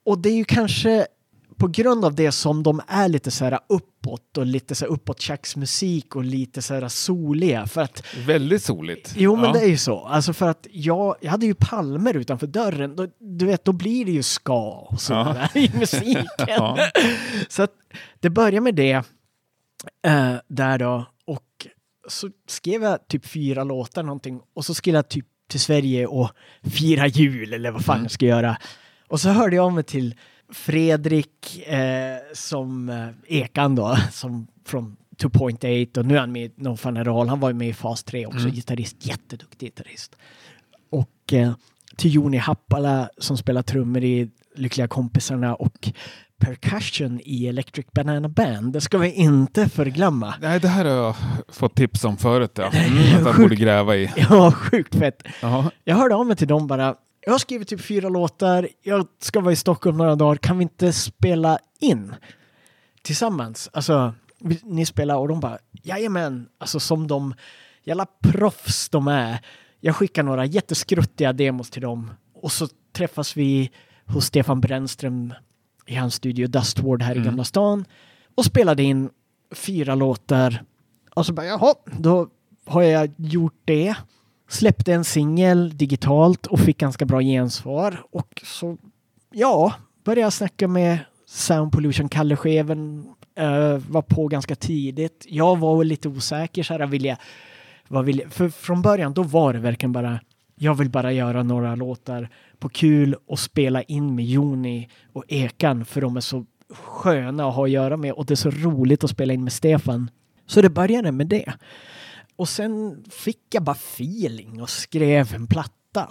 Och det är ju kanske på grund av det som de är lite så här uppåt och lite så här uppåt-tjacksmusik och lite så här soliga. För att, Väldigt soligt. jo, men det är ju så. Alltså för att jag hade ju palmer utanför dörren. Du vet, då blir det ju ska och så där i musiken. Ja. Så att det börjar med det där då. Och så skrev jag typ 4 låtar någonting. Och så skrev jag typ till Sverige och fira jul eller vad fan jag ska göra. Och så hörde jag av mig till Fredrik som Ekan då, som från 2.8, och nu är han med i No Fun at All. Han var ju med i Fas 3 också, gitarrist, jätteduktig gitarrist. Och till Joni Happala som spelar trummor i Lyckliga kompisarna och percussion i Electric Banana Band. Det ska vi inte förglömma. Nej, det här har jag fått tips om förut. Ja. Att jag borde gräva i. Ja, sjukt fett. Jaha. Jag hörde av mig till dem bara. Jag har skrivit typ 4 låtar. Jag ska vara i Stockholm några dagar. Kan vi inte spela in tillsammans? Alltså, ni spelar och de bara, jajamän. Alltså som de jävla proffs de är. Jag skickar några jätteskruttiga demos till dem. Och så träffas vi hos Stefan Brännström i hans studio Dustward här i Gamla stan. Och spelade in 4 låtar. Och så bara, jaha, då har jag gjort det. Släppte en singel digitalt och fick ganska bra gensvar. Och så, började jag snacka med Sound Pollution, Kalle Scheven. Var på ganska tidigt. Jag var lite osäker. Så här, för från början då var det verkligen bara, jag vill bara göra några låtar på kul och spela in med Joni och Ekan. För de är så sköna att ha att göra med. Och det är så roligt att spela in med Stefan. Så det började med det. Och sen fick jag bara feeling och skrev en platta.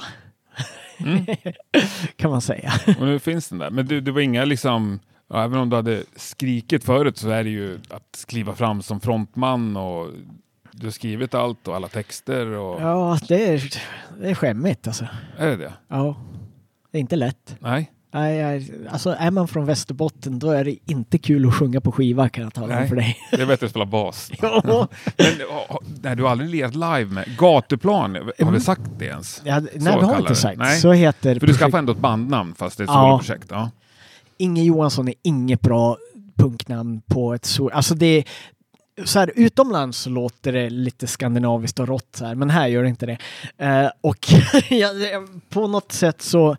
Kan man säga. Och nu finns den där. Men det var inga liksom, även om du hade skrikit förut så är det ju att kliva fram som frontman och du har skrivit allt och alla texter. Och... Ja, det är skämmigt alltså. Är det? Ja, det är inte lätt. Nej. Nej, alltså är man från Västerbotten då är det inte kul att sjunga på skiva, kan jag tala om för dig. Det är bättre att spela bas. Ja. Men nej, du har aldrig lirat live med Gatuplan. Har vi sagt det ens? Ja, nej, vi har inte sagt. Nej. Så heter för du skaffade ändå ett bandnamn fast det är ett soloprojekt. Ja. Inge Johansson är inget bra punknamn på ett solo. Alltså det är så här, utomlands så låter det lite skandinaviskt och rått så här, men här gör det inte det. Och på något sätt så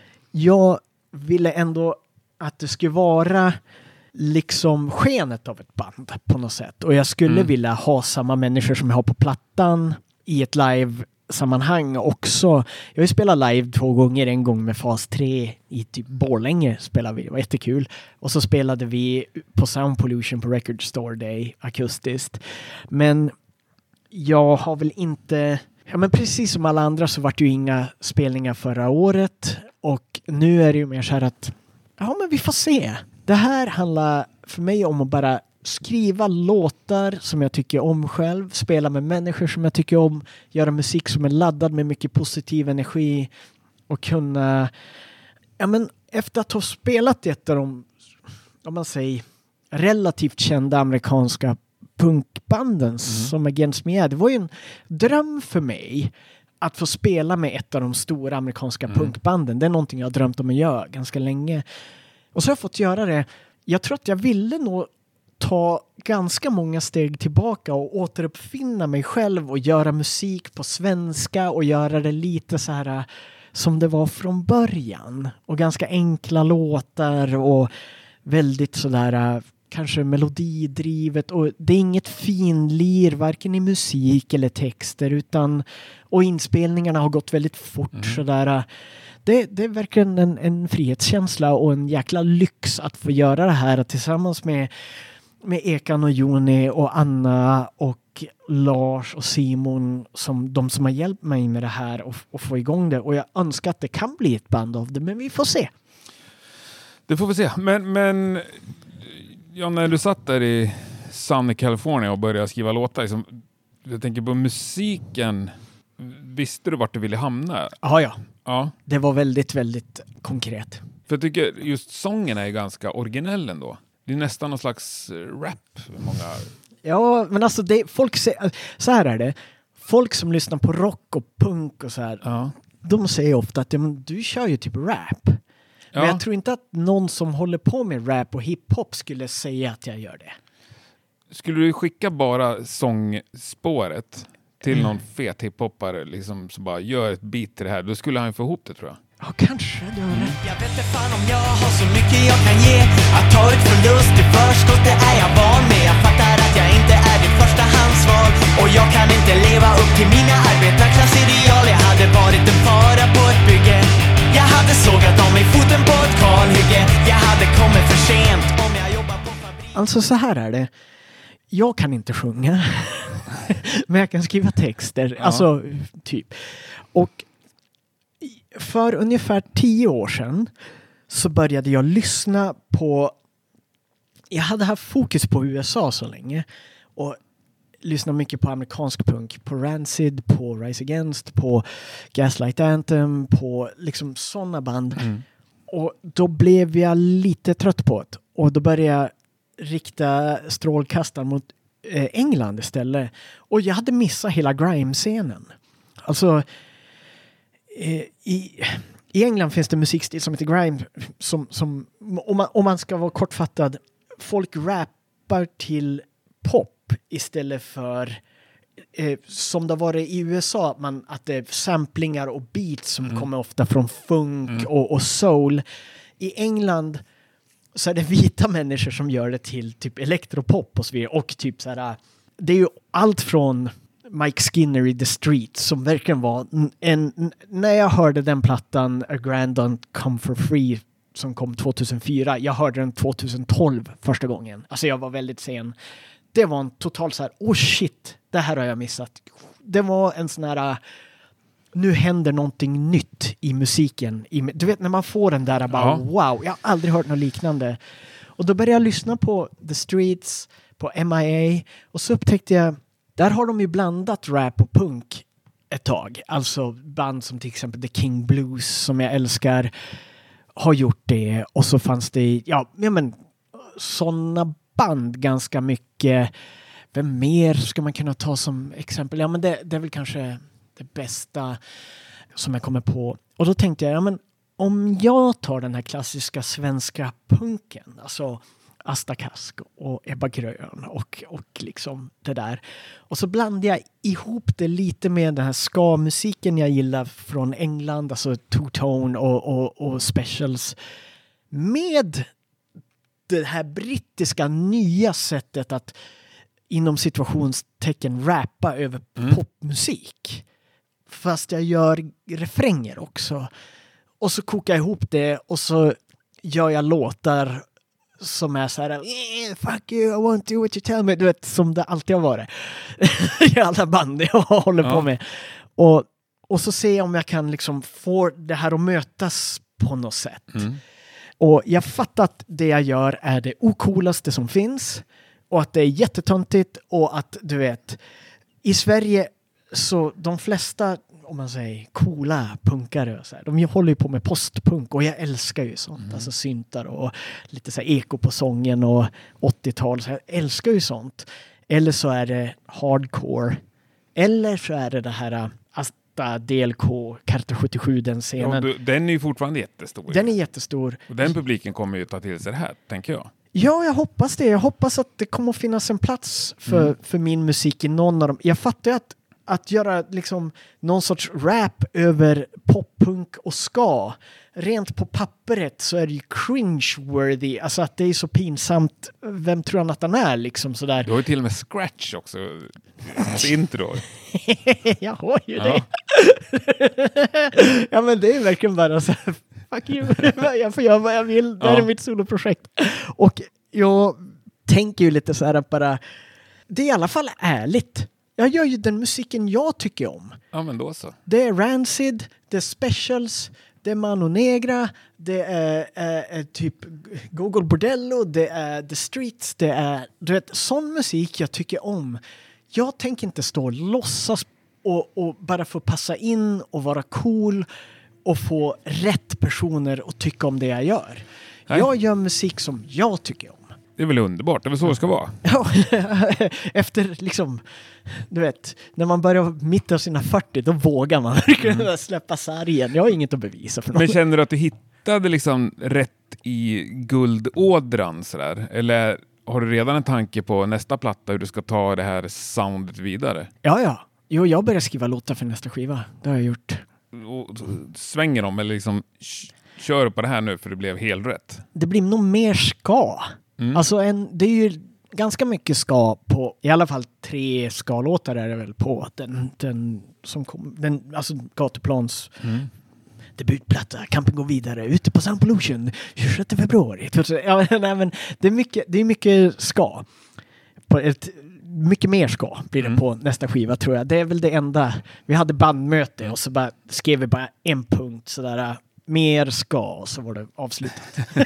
jag ville ändå att det skulle vara liksom skenet av ett band på något sätt. Och jag skulle vilja ha samma människor som jag har på plattan i ett live-sammanhang också. Jag har ju spelat live 2 gånger. En gång med Fas 3 i typ Borlänge spelade vi. Det var jättekul. Och så spelade vi på Sound Pollution på Record Store Day akustiskt. Men jag har väl inte... Ja, men precis som alla andra så var det ju inga spelningar förra året. Och nu är det ju mer så här att men vi får se. Det här handlar för mig om att bara skriva låtar som jag tycker om själv. Spela med människor som jag tycker om. Göra musik som är laddad med mycket positiv energi. Och kunna... Ja, men efter att ha spelat ett av de, om man säger, relativt kända amerikanska punkbanden som Against Me är. Det var ju en dröm för mig att få spela med ett av de stora amerikanska punkbanden. Det är någonting jag har drömt om att göra ganska länge. Och så har jag fått göra det. Jag tror att jag ville nog ta ganska många steg tillbaka och återuppfinna mig själv och göra musik på svenska och göra det lite så här som det var från början. Och ganska enkla låtar och väldigt sådär kanske melodidrivet, och det är inget finlir varken i musik eller texter, utan och inspelningarna har gått väldigt fort sådär. Det är verkligen en frihetskänsla och en jäkla lyx att få göra det här tillsammans med Ekan och Joni och Anna och Lars och Simon, som de som har hjälpt mig med det här och få igång det. Och jag önskar att det kan bli ett band av det, men vi får se. Det får vi se. Men ja, när du satt där i Sunny California och började skriva låtar, liksom, jag tänker på musiken, visste du vart du ville hamna? Ja. Det var väldigt, väldigt konkret. För jag tycker just sången är ganska originell ändå. Det är nästan någon slags rap. Många... Ja, men alltså folk säger, så här är det. Folk som lyssnar på rock och punk och så här, de säger ofta att du kör ju typ rap. Men jag tror inte att någon som håller på med rap och hiphop skulle säga att jag gör det. Skulle du skicka bara sångspåret till någon fet hiphoppare liksom, som bara gör ett beat till det här, då skulle han få ihop det, tror jag. Ja, kanske. Det var rätt. Jag vet inte fan om jag har så mycket jag kan ge. Att ta ut förlust i förskott, det är jag van med. Jag fattar att jag inte är ditt första handsval. Och jag kan inte leva upp till mina arbetarklassideal. Jag hade varit en fara på ett bygge. Jag hade sågat av mig foten på ett kalhygge. Jag hade kommit för sent om jag jobbar på fabrik. Alltså så här är det. Jag kan inte sjunga. Men jag kan skriva texter. Ja. Alltså, typ. Och för ungefär 10 år sedan så började jag lyssna på... Jag hade haft fokus på USA så länge. Och lyssnade mycket på amerikansk punk. På Rancid, på Rise Against, på Gaslight Anthem, på liksom sådana band. Och då blev jag lite trött på det. Och då började jag rikta strålkastaren mot England istället. Och jag hade missat hela grime-scenen. Alltså... I England finns det musikstil som heter grime som om man ska vara kortfattad, folk rappar till pop istället för som det var i USA att det är samplingar och beats som kommer ofta från funk och soul. I England så är det vita människor som gör det till typ elektropop och så vidare, och typ så här, det är ju allt från Mike Skinner i The Streets som verkligen var när jag hörde den plattan A Grand Don't Come For Free som kom 2004, jag hörde den 2012 första gången. Alltså jag var väldigt sen. Det var en total så här, oh shit, det här har jag missat. Det var en sån här, nu händer någonting nytt i musiken. Du vet när man får den där bara, wow, jag har aldrig hört något liknande. Och då började jag lyssna på The Streets, på MIA, och så upptäckte jag, där har de ju blandat rap och punk ett tag. Alltså band som till exempel The King Blues som jag älskar har gjort det. Och så fanns det, sådana band ganska mycket. Vem mer ska man kunna ta som exempel? Ja, men det är väl kanske det bästa som jag kommer på. Och då tänkte jag, om jag tar den här klassiska svenska punken, alltså Asta Kask och Ebba Grön och liksom det där. Och så blandade jag ihop det lite med den här ska-musiken jag gillar från England, alltså Two-Tone och Specials, med det här brittiska nya sättet att inom situationstecken rappa över popmusik. Fast jag gör refränger också. Och så kokar jag ihop det och så gör jag låtar som är så här, fuck you, I won't do what you tell me. Du vet, som det alltid har varit. I alla band jag håller på med. Och så ser jag om jag kan liksom få det här att mötas på något sätt. Och jag fattar att det jag gör är det ocoolaste som finns. Och att det är jättetöntigt. Och att, du vet, i Sverige så de flesta, om man säger coola punkare och så här, de håller ju på med postpunk och jag älskar ju sånt, alltså syntar och lite så här eko på sången och 80-tal, så jag älskar ju sånt. Eller så är det hardcore, eller så är det här Asta, DLK, Karta 77, den scenen. Ja, den är ju fortfarande jättestor. Den är jättestor. Och den publiken kommer ju ta till sig det här, tänker jag. Ja, jag hoppas det. Jag hoppas att det kommer att finnas en plats för min musik i någon av dem. Jag fattar ju att göra liksom någon sorts rap över poppunk och ska. Rent på pappret så är det ju cringe-worthy. Alltså att det är så pinsamt. Vem tror han att han är liksom sådär? Du har ju till och med scratch också. Intro. Jag har ju det. Ja, men det är verkligen bara så här, fuck you. Jag får göra vad jag vill. Det här är mitt soloprojekt. Och jag tänker ju lite så här att bara, det är i alla fall ärligt. Jag gör ju den musiken jag tycker om. Ja, men då så. Det är Rancid, det är Specials, det är Mano Negra, det är typ Gogol Bordello, det är The Streets, det är, du vet, sån musik jag tycker om. Jag tänker inte stå och låtsas och bara få passa in och vara cool och få rätt personer att tycka om det jag gör. Nej. Jag gör musik som jag tycker om. Det är väl underbart, det är väl så det ska vara. Ja, efter liksom, du vet, när man börjar mitt av sina 40, då vågar man verkligen släppa sargen. Jag har inget att bevisa för något. Men känner du att du hittade liksom rätt i guldådran sådär? Eller har du redan en tanke på nästa platta hur du ska ta det här soundet vidare? Ja. Jo, jag börjar skriva låtar för nästa skiva. Det har jag gjort. Och svänger de eller liksom kör på det här nu för det blev helt rätt? Det blir nog mer ska. Alltså det är ju ganska mycket ska på, i alla fall 3 ska-låtar är det väl på. Den som kom, alltså Gatuplans debutplatta, Kampen går vidare, ute på Sound Pollution 26 februari. Ja, nej, men det är mycket ska. Mycket mer ska blir det på nästa skiva tror jag. Det är väl det enda. Vi hade bandmöte och så skrev vi bara en punkt sådär. Mer ska och så var det avslutat.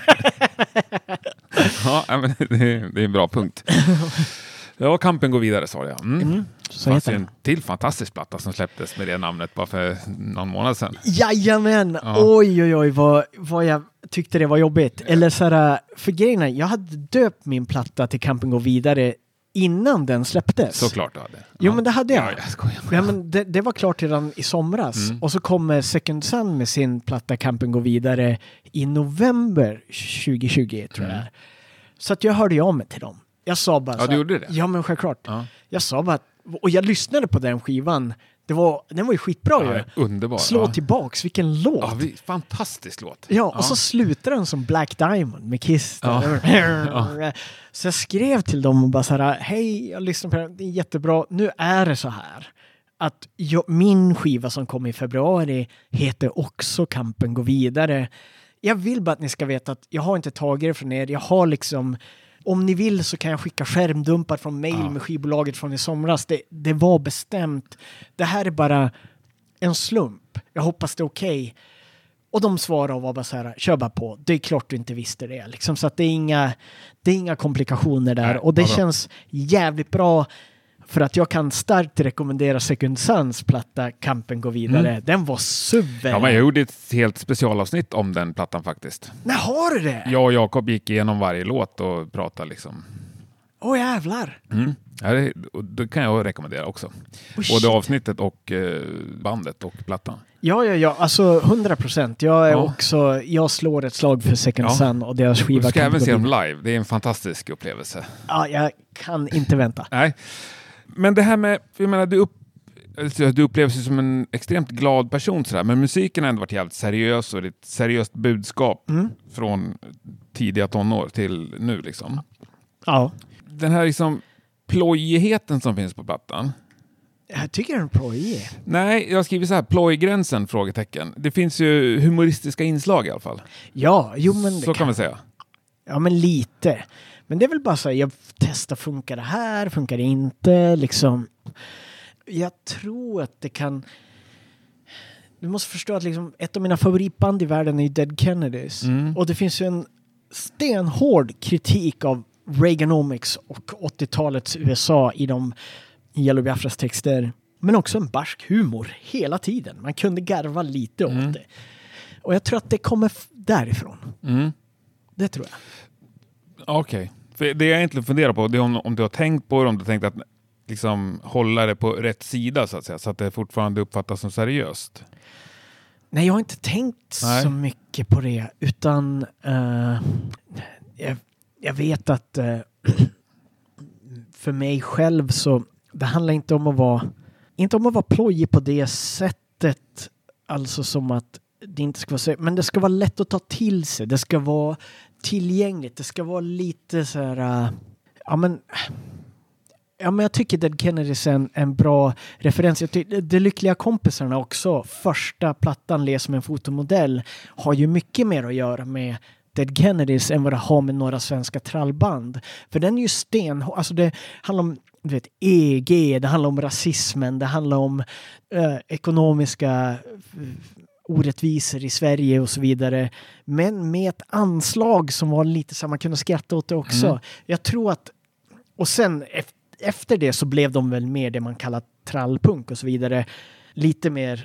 Ja, men det är en bra punkt. Ja, Kampen går vidare sa jag. Så fanns heter en till fantastisk platta som släpptes med det namnet bara för någon månad sedan. Jajamän! Ja. Oj, vad jag tyckte det var jobbigt. Eller såhär, för grejerna, jag hade döpt min platta till Kampen går vidare innan den släpptes. Såklart du hade. Jo, men det hade jag. Ja, jag skojar. Ja, men det var klart redan i somras. Och så kommer Second Sun med sin platta Kampen går vidare i november 2020 tror jag. Så att jag hörde av mig till dem. Jag sa bara Ja, du gjorde det? Ja, men självklart. Ja. Jag sa bara, och jag lyssnade på den skivan. Den var ju skitbra ju. Ja, underbar. Slå tillbaks, vilken låt. Ja, fantastisk låt. Ja, och så slutar den som Black Diamond med Kiss. Ja. Så jag skrev till dem och bara så här, hej, jag lyssnar på det, det är jättebra. Nu är det så här att min skiva som kom i februari heter också Kampen går vidare. Jag vill bara att ni ska veta att jag har inte tagit det från er. Jag har liksom, om ni vill så kan jag skicka skärmdumpar från mail med skivbolaget från i somras. Det var bestämt. Det här är bara en slump. Jag hoppas det är okej. Och de svarade och var bara så här, kör bara på. Det är klart du inte visste det. Liksom. Så att det är inga komplikationer där. Nej, och det känns jävligt bra för att jag kan starkt rekommendera Second Suns platta Kampen går vidare. Den var suverän. Ja, men jag gjorde ett helt specialavsnitt om den plattan faktiskt. Nej, har du det? Jag och Jakob gick igenom varje låt och pratade liksom. Åh jävlar. Ja, det kan jag rekommendera också. Både avsnittet och bandet och plattan. Ja, alltså 100%. Jag är också, jag slår ett slag för Second Sun och deras skiva. Du ska även se dem vidare. live. Det är en fantastisk upplevelse. Ja, jag kan inte vänta. Nej. Men det här med, jag menar, du upplevs ju som en extremt glad person sådär, men musiken har ändå varit jävligt seriös och det är ett seriöst budskap från tidiga tonår till nu liksom. Ja. Den här liksom plojigheten som finns på plattan. Jag tycker den är plojig. Nej, jag skriver så här, plojgränsen, frågetecken. Det finns ju humoristiska inslag i alla fall. Ja, jo men så kan man säga. Ja, men lite. Men det är väl bara så här, jag testar, funkar det här, funkar det inte, liksom. Jag tror att det kan... Du måste förstå att liksom, ett av mina favoritband i världen är Dead Kennedys. Och det finns ju en stenhård kritik av Reaganomics och 80-talets USA i de Yellow Biafras texter. Men också en barsk humor hela tiden. Man kunde garva lite åt det. Och jag tror att det kommer därifrån. Det tror jag. Okej. För det jag egentligen funderar på, det är om du har tänkt på det, om du har tänkt att liksom hålla det på rätt sida så att säga, så att det fortfarande uppfattas som seriöst. Nej, jag har inte tänkt så mycket på det, utan jag vet att för mig själv så det handlar inte om att vara plojig på det sättet, alltså som att det inte ska vara så, men det ska vara lätt att ta till sig, det ska vara tillgängligt, det ska vara lite så här men jag tycker Dead Kennedys är en bra referens. Jag tycker, De lyckliga kompisarna också, första plattan Les som en fotomodell, har ju mycket mer att göra med Dead Kennedys än vad det har med några svenska trallband. För den är ju alltså det handlar om EG, det handlar om rasismen, det handlar om ekonomiska orättvisor i Sverige och så vidare. Men med ett anslag som var lite så man kunde skratta åt det också. Jag tror att, och sen efter det så blev de väl mer det man kallar trallpunk och så vidare. Lite mer,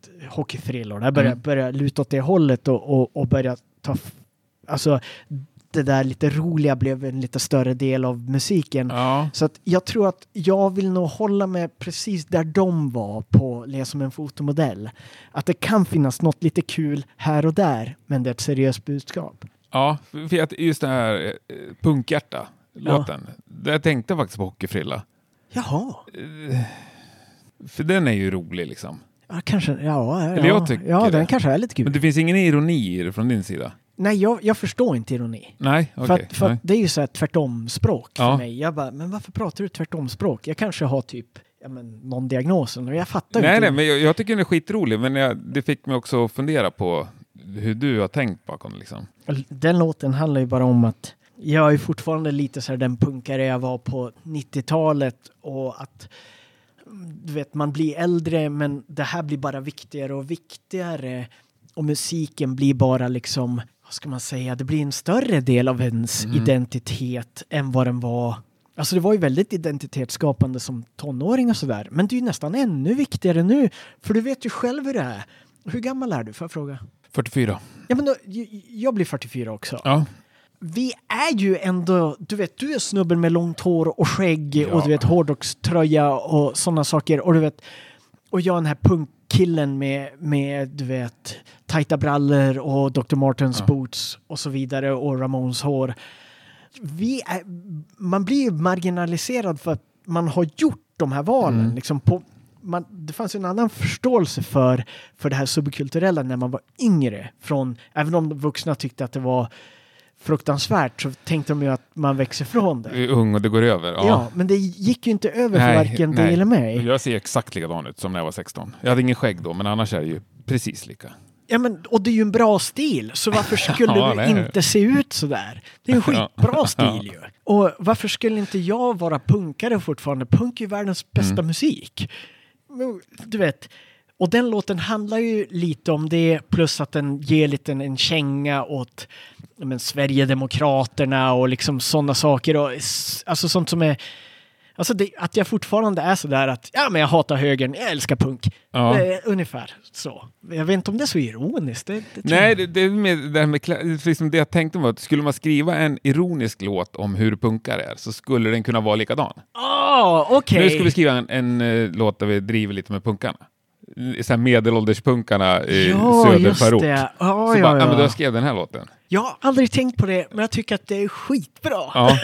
hockeyfrillor. Där började luta åt det hållet och börja ta, alltså det där lite roliga blev en lite större del av musiken. Ja. Så att jag tror att jag vill nog hålla mig precis där de var på Le som en fotomodell. Att det kan finnas något lite kul här och där, men det är ett seriöst budskap. Ja, för att just det här punkhjärta-låten, jag tänkte faktiskt på Hockeyfrilla. Jaha. För den är ju rolig liksom. Ja, kanske. Eller jag tycker ja, den det. kanske är lite kul. Men det finns ingen ironi i det från din sida? Nej, jag förstår inte ironi. Nej, okej. För att det är ju så här tvärtomspråk för Ja. mig. Jag bara, men varför pratar du tvärtomspråk? Jag kanske har typ någon diagnos och jag fattar Nej, inte. men jag tycker den är skitrolig, men det fick mig också att fundera på hur du har tänkt bakom det liksom. Den låten handlar ju bara om att jag är fortfarande lite så här den punkare jag var på 90-talet och att du vet, man blir äldre men det här blir bara viktigare och viktigare och musiken blir bara liksom, vad ska man säga, det blir en större del av ens identitet än vad den var. Alltså det var ju väldigt identitetsskapande som tonåring och sådär, men det är ju nästan ännu viktigare nu, för du vet ju själv hur det är. Hur gammal är du, får jag fråga? 44. Ja, men då, jag blir 44 också. Ja. Vi är ju ändå, du vet, du är snubben med långt hår och skägg Ja. och du vet hårdrockströja och sådana saker och du vet, och jag är den här punkkillen med du vet tajta brallor och Dr. Martens boots och så vidare och Ramones hår. Man blir ju marginaliserad för att man har gjort de här valen liksom det fanns ju en annan förståelse för det här subkulturella när man var yngre. Även om de vuxna tyckte att det var fruktansvärt så tänkte de ju att man växer från det. Du är ung och det går över. Ja, men det gick ju inte över för varken dig eller mig. Jag ser exakt likadan ut som när jag var 16. Jag hade ingen skägg då, men annars är det ju precis lika. Ja, men, och det är ju en bra stil, så varför skulle Ja, du inte se ut så där? Det är en skitbra stil ju. Och varför skulle inte jag vara punkare fortfarande? Punk är ju världens bästa musik. Du vet, och den låten handlar ju lite om det, plus att den ger lite en känga åt Sverigedemokraterna och liksom sådana saker. Och, alltså sånt som är... Alltså att jag fortfarande är så där att men jag hatar högern, jag älskar punk. Ja. Ungefär så. Jag vet inte om det är så ironiskt. Nej, det är med det här med liksom det jag tänkte var att skulle man skriva en ironisk låt om hur punkar är så skulle den kunna vara likadan. Okej. Nu ska vi skriva en låt där vi driver lite med punkarna. Så här medelålderspunkarna i söderförort. Det. Men då skrev den här låten. Jag har aldrig tänkt på det, men jag tycker att det är skitbra. Ja.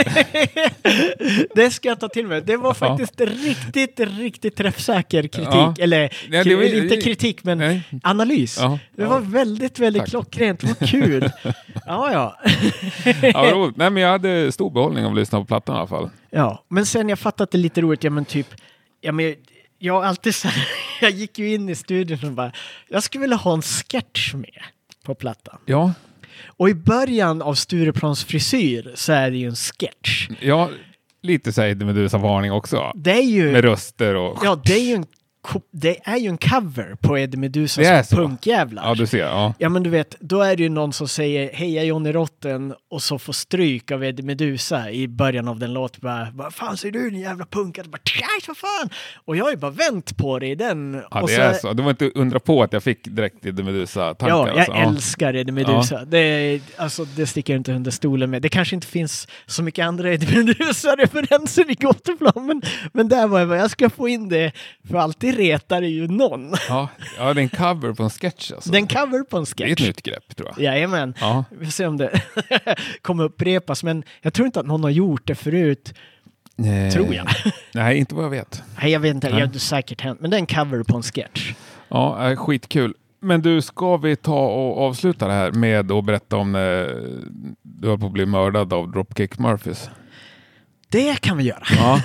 Det ska jag ta till mig. Det var faktiskt riktigt träffsäker kritik. Ja. Eller det var, inte kritik, men analys. Ja. Det var väldigt klockrent. Det var kul. Ja. Ja, nej, men jag hade stor behållning av att lyssna på plattan i alla fall. Ja, men sen jag fattat det lite roligt. Jag har alltid så här, jag gick ju in i studion och bara, jag skulle vilja ha en sketch med på plattan. Ja. Och i början av Stureplans frisyr så är det ju en sketch. Ja, lite säger det med du som varning också. Det är ju... Med röster och... Ja, det är ju en cover på Eddie Medusas punkjävlar. Ja, du ser. Ja. Ja, men du vet, då är det ju någon som säger hej, jag är Johnny Rotten och så får stryk av Eddie Meduza i början av den låten. Bara, vad fan säger du, din jävla punkare? Bara, vad fan? Och jag har ju bara vänt på det i den. Ja, och det är så. Det var inte undra på att jag fick direkt Eddie Meduza-tankar. Ja, jag älskar Eddie Meduza. Ja. Det sticker inte under stolen med. Det kanske inte finns så mycket andra Eddie Meduza-referenser i Gåteplan, men där var jag ska få in det, för alltid retar det ju någon. Ja, det är en cover på en sketch alltså. Det är en cover på en sketch. Det är ett nytt grepp, tror jag. Jajamän. Ja. Vi får se om det kommer upprepas, men jag tror inte att någon har gjort det förut. Tror jag. Nej, inte vad jag vet. Nej, jag vet inte. Det har säkert hänt, men det är en cover på en sketch. Ja, skitkul. Men du, ska vi ta och avsluta det här med att berätta om du har på att bli mördad av Dropkick Murphys? Det kan vi göra. Ja.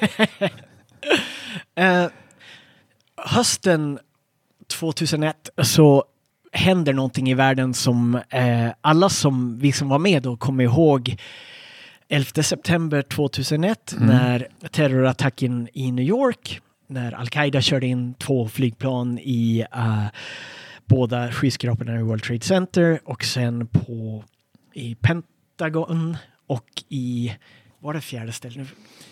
Hösten 2001 så händer någonting i världen som alla vi som var med då kommer ihåg. 11 september 2001 när terrorattacken i New York, när Al-Qaida körde in 2 flygplan i båda skyskraporna i World Trade Center och sen i Pentagon och i, var det 4:e stället?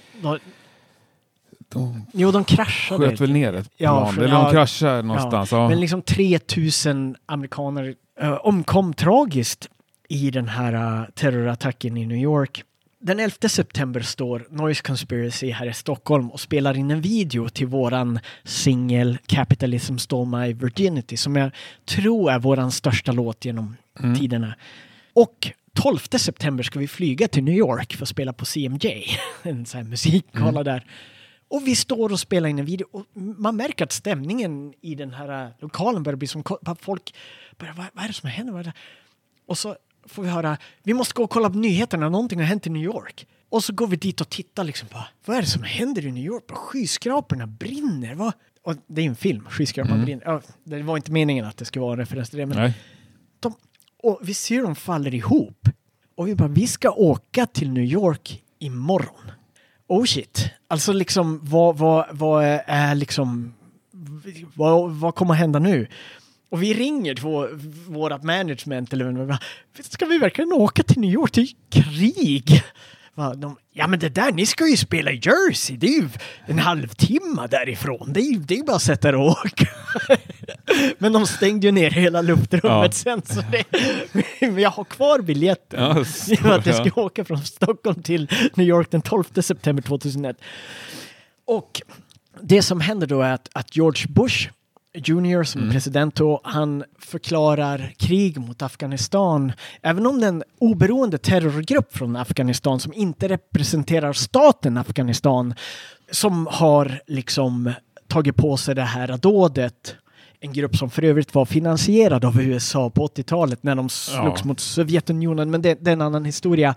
De kraschade. Sköt väl ner ett plan. Eller de kraschade någonstans. Ja. Men liksom 3000 amerikaner omkom tragiskt i den här terrorattacken i New York. Den 11 september står Noise Conspiracy här i Stockholm och spelar in en video till våran singel Capitalism Stole My Virginity, som jag tror är våran största låt genom tiderna. Och 12 september ska vi flyga till New York för att spela på CMJ, en sån här musikgala där. Och vi står och spelar in en video och man märker att stämningen i den här lokalen börjar bli som folk börjar, vad är det som händer? Och så får vi höra, vi måste gå och kolla på nyheterna, någonting har hänt i New York. Och så går vi dit och tittar liksom på, vad är det som händer i New York? Skyskraporna brinner, vad? Och det är en film, skyskraporna brinner. Ja, det var inte meningen att det skulle vara en referens till det, men och vi ser dem faller ihop. Och vi bara, vi ska åka till New York imorgon. Oh shit. Alltså liksom, vad är liksom, vad kommer att hända nu? Och vi ringer till vårat management eller ska vi verkligen åka till New York? Det är krig. Ja men det där, ni ska ju spela i Jersey. Det är ju en halvtimme därifrån. Det är ju bara att sätta och åka. Men de stängde ju ner hela luftrummet sen. Så men jag har kvar biljetten. För att jag ska åka från Stockholm till New York den 12 september 2001. Och det som händer då är att George Bush Junior som president då, han förklarar krig mot Afghanistan. Även om den oberoende terrorgrupp från Afghanistan som inte representerar staten Afghanistan, som har liksom tagit på sig det här dådet. En grupp som för övrigt var finansierad av USA på 80-talet när de slogs mot Sovjetunionen. Men det är en annan historia.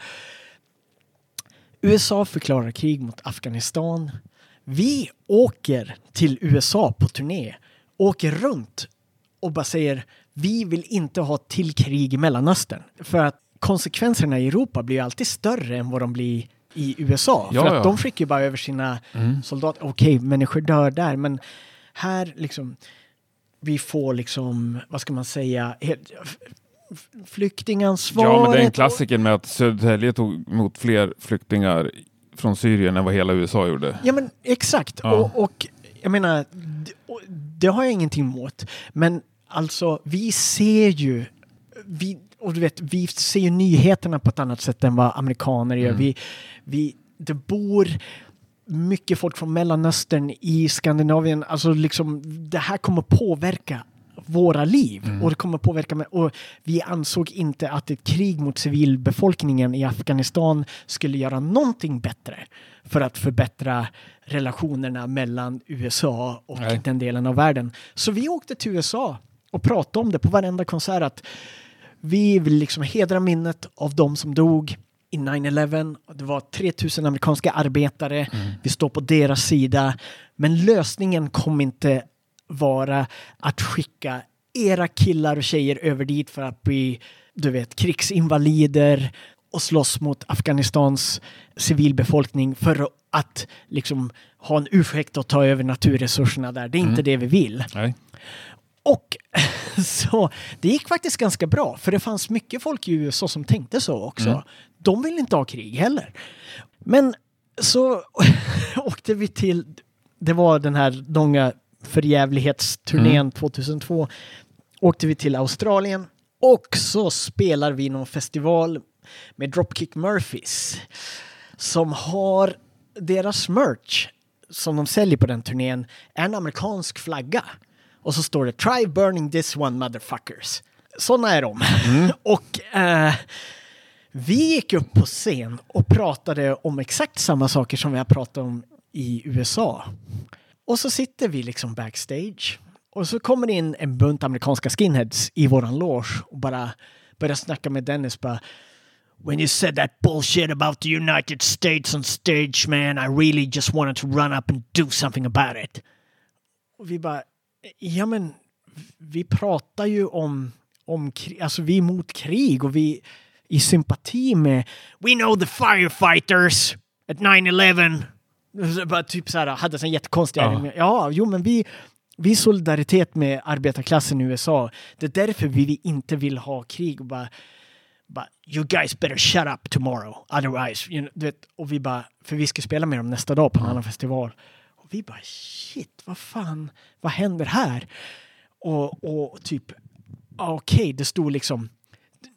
USA förklarar krig mot Afghanistan. Vi åker till USA på turné. Åker runt och bara säger, vi vill inte ha till krig i Mellanöstern. För att konsekvenserna i Europa blir alltid större än vad de blir i USA. För att de skickar ju bara över sina soldater. Okej, människor dör där. Men här liksom, vi får liksom, vad ska man säga, flyktingansvaret. Ja, men det är en klassiker med att Södertälje tog emot fler flyktingar från Syrien än vad hela USA gjorde. Ja, men exakt. Ja. Och jag menar, det har jag ingenting emot. Men alltså, vi ser ju, vi ser ju nyheterna på ett annat sätt än vad amerikaner gör. Det bor mycket folk från Mellanöstern i Skandinavien. Alltså liksom, det här kommer påverka våra liv. Och det kommer påverka och vi ansåg inte att ett krig mot civilbefolkningen i Afghanistan skulle göra någonting bättre för att förbättra relationerna mellan USA och den delen av världen. Så vi åkte till USA och pratade om det på varenda konsert, att vi vill liksom hedra minnet av de som dog i 9/11. Det var 3000 amerikanska arbetare. Vi står på deras sida. Men lösningen kom inte vara att skicka era killar och tjejer över dit för att bli, krigsinvalider och slåss mot Afghanistans civilbefolkning för att liksom ha en ursäkt att ta över naturresurserna där. Det är inte det vi vill. Nej. Och så det gick faktiskt ganska bra, för det fanns mycket folk i USA som tänkte så också. De vill inte ha krig heller. Men så åkte vi till, det var den här långa förjävlighetsturnén 2002, åkte vi till Australien och så spelar vi någon festival med Dropkick Murphys som har deras merch som de säljer på den turnén, en amerikansk flagga. Och så står det "Try burning this one, motherfuckers". Såna är de. Och vi gick upp på scen och pratade om exakt samma saker som vi har pratat om i USA. Och så sitter vi liksom backstage. Och så kommer det in en bunt amerikanska skinheads i våran loge och bara börjar snacka med Dennis. Bara, "When you said that bullshit about the United States on stage, man, I really just wanted to run up and do something about it." Och vi bara, ja men vi pratar ju om alltså vi är emot krig och vi i sympati med "We know the firefighters at 9/11". Bara typ så här, hade en jättekonstig men vi solidaritet med arbetarklassen i USA. Det är därför vi inte vill ha krig och bara "You guys better shut up tomorrow, otherwise", you know, och vi bara, för vi ska spela med dem nästa dag på en annan festival. Och vi bara, shit, vad händer här? Och typ, okej, det stod liksom,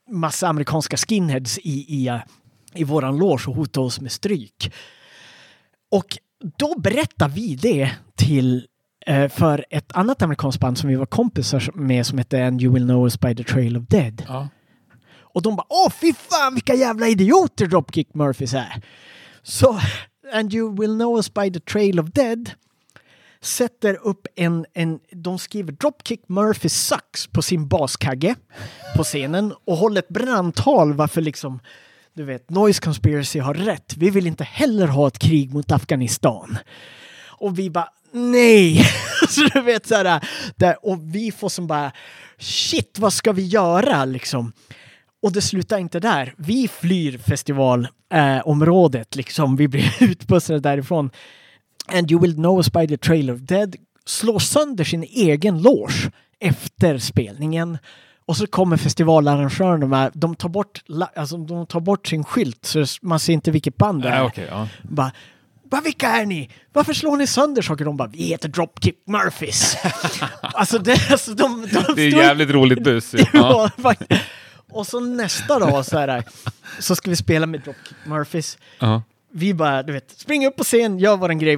massa amerikanska skinheads i våran loge och hotade oss med stryk. Och då berättar vi det till för ett annat amerikanskt band som vi var kompisar med som hette And You Will Know Us By The Trail of Dead. Ja. Och de bara, fy fan vilka jävla idioter Dropkick Murphys är. Så And You Will Know Us By The Trail of Dead sätter upp de skriver Dropkick Murphys Sucks på sin baskagge på scenen och håller ett brandtal varför liksom, du vet, Noise Conspiracy har rätt. Vi vill inte heller ha ett krig mot Afghanistan. Och vi bara, nej! Så du vet så här, och vi får som bara, shit, vad ska vi göra liksom? Och det slutar inte där. Vi flyr festivalområdet liksom. Vi blir utbussade därifrån. And You Will Know Us By The Trail of Dead slår sönder sin egen loge efter spelningen. Och så kommer festivalarrangörerna med, de tar bort sin skylt så man ser inte vilket band det är. Okay, ja. Bara, vilka är ni? Varför slår ni sönder saker? De bara, vi heter Dropkick Murphys. de det är jävligt roligt buss. Ja. Och så nästa dag så ska vi spela med Dropkick Murphys. Uh-huh. Vi bara, du vet, springer upp på scen, gör våran grej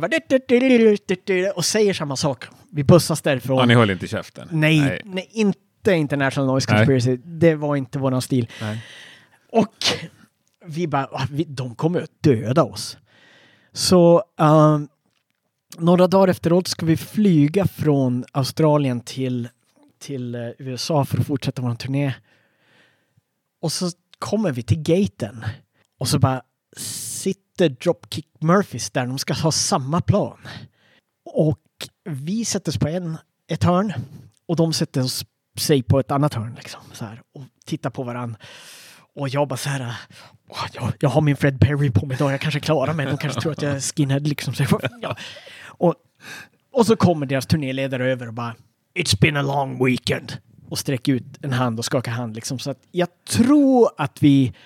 och säger samma sak. Vi bussas därifrån. Ja, ni höll inte käften. Nej, inte International Noise Conspiracy. Nej. Det var inte våran stil. Nej. Och vi bara, de kommer att döda oss. Så några dagar efteråt ska vi flyga från Australien till USA för att fortsätta vår turné. Och så kommer vi till gaten. Och så bara sitter Dropkick Murphys där. De ska ha samma plan. Och vi sätter oss på ett hörn. Och de sätter sig på ett annat hörn. Liksom, så här, och tittar på varandra. Och jag bara så här, jag har min Fred Perry på mig idag, jag kanske klarar mig. De kanske tror att jag är skinhead liksom. Ja. Och så kommer deras turnéledare över och bara, it's been a long weekend. Och sträcker ut en hand och skakar hand liksom. Så att jag tror att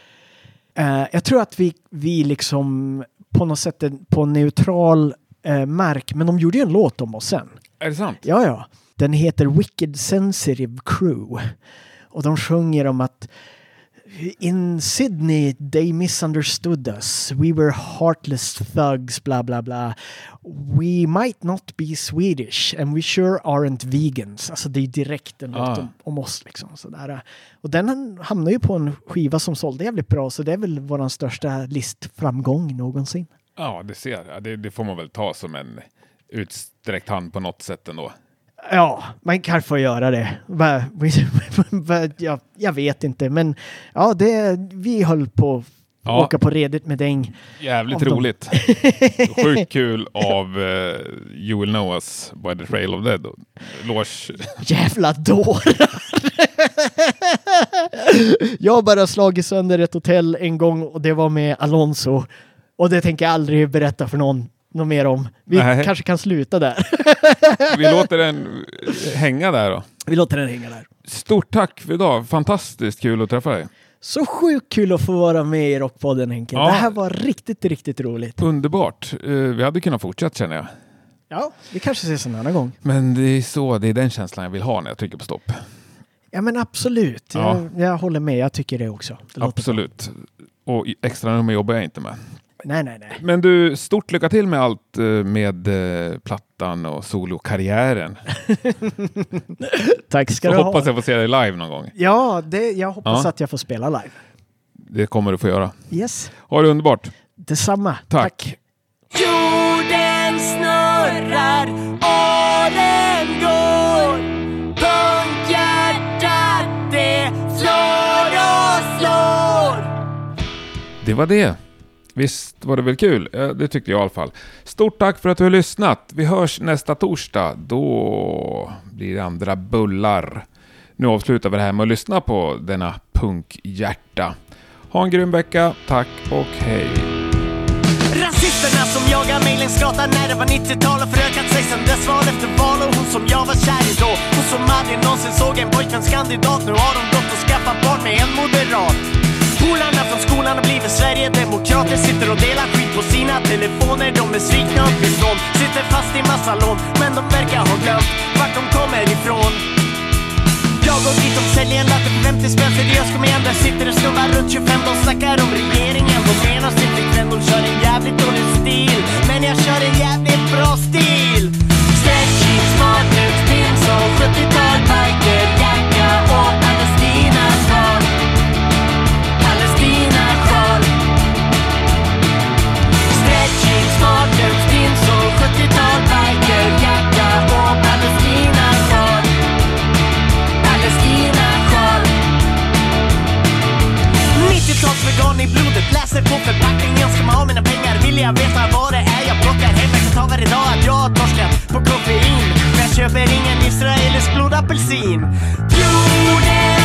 vi liksom på något sätt på en neutral mark, men de gjorde ju en låt om oss sen. Är det sant? Ja. Den heter Wicked Sensitive Crew. Och de sjunger om att in Sydney they misunderstood us. We were heartless thugs, bla bla bla. We might not be Swedish and we sure aren't vegans. Alltså det är direkt en låt om oss liksom. Sådär. Och den hamnar ju på en skiva som sålde jävligt bra, så det är väl våran största listframgång någonsin. Ja, det ser jag. Det får man väl ta som en utsträckt hand på något sätt ändå. Ja, man kan få göra det. Jag vet inte, men ja, vi höll på att åka på redet med däng. Jävligt roligt. Sjukt kul av You Will Know Us By The Trail of Dead. Jävla dårar! Jag bara slagit sönder ett hotell en gång och det var med Alonso. Och det tänker jag aldrig berätta för någon mer om. Vi kanske kan sluta där. Vi låter den hänga där då. Vi låter den hänga där. Stort tack för idag. Fantastiskt kul att träffa dig. Så sjukt kul att få vara med i Rockpodden, Henke. Ja. Det här var riktigt, riktigt roligt. Underbart. Vi hade kunnat fortsätta, känner jag. Ja, vi kanske ses en annan gång. Men det är den känslan jag vill ha när jag trycker på stopp. Ja, men absolut. Ja. Jag håller med. Jag tycker det också. Det absolut. Och extra nummer jobbar jag inte med. Nej. Men du, stort lycka till med allt med plattan och solokarriären. Tack ska du ha. Så hoppas jag får se dig live någon gång. Ja, jag hoppas att jag får spela live. Det kommer du få göra. Yes. Ha det underbart. Detsamma. Tack. Jorden snurrar, åren går. Punkhjärtat, det slår och slår. Det var det. Visst var det väl kul? Det tyckte jag i alla fall. Stort tack för att du har lyssnat. Vi hörs nästa torsdag. Då blir det andra bullar. Nu avslutar vi det här med att lyssna på denna punkhjärta. Ha en grym vecka. Tack och hej. Rasisterna som jagar mig längs gatan när det var 90-tal och förökat sig sen dess val efter val. Och hon som jag var kär i då, hon som aldrig någonsin såg en pojkvänskandidat. Nu har de gått och skaffat barn med en moderat. Polarna från skolan har blivit Sverigedemokrater, sitter och delar skit på sina telefoner. De är svikna uppifrån, sitter fast i massa lån, men de verkar ha glömt vart de kommer ifrån. Jag går dit och säljer en latte för 50 spänn, seriöst kommer igen. där sitter det snubbar runt 25, de snackar om regeringen. De menar sin flickvän, de kör en jävligt dålig stil. Men jag kör en jävligt bra stil. Stretching, smart ut, pins och 70-tal biker, jacka och Palestina-sjal. Palestina-sjal. Stretching, smart ut, pins och 70-tal biker, jacka och Palestina-sjal. Palestina-sjal. 90-talsvegan i blodet, läser på förpackningen. Ska man ha mina pengar, vill jag veta vad det är jag plockar hem. Jag kan ta varje dag att jag har torskat på koffein. Men jag köper ingen israelisk blodapelsin. Jorden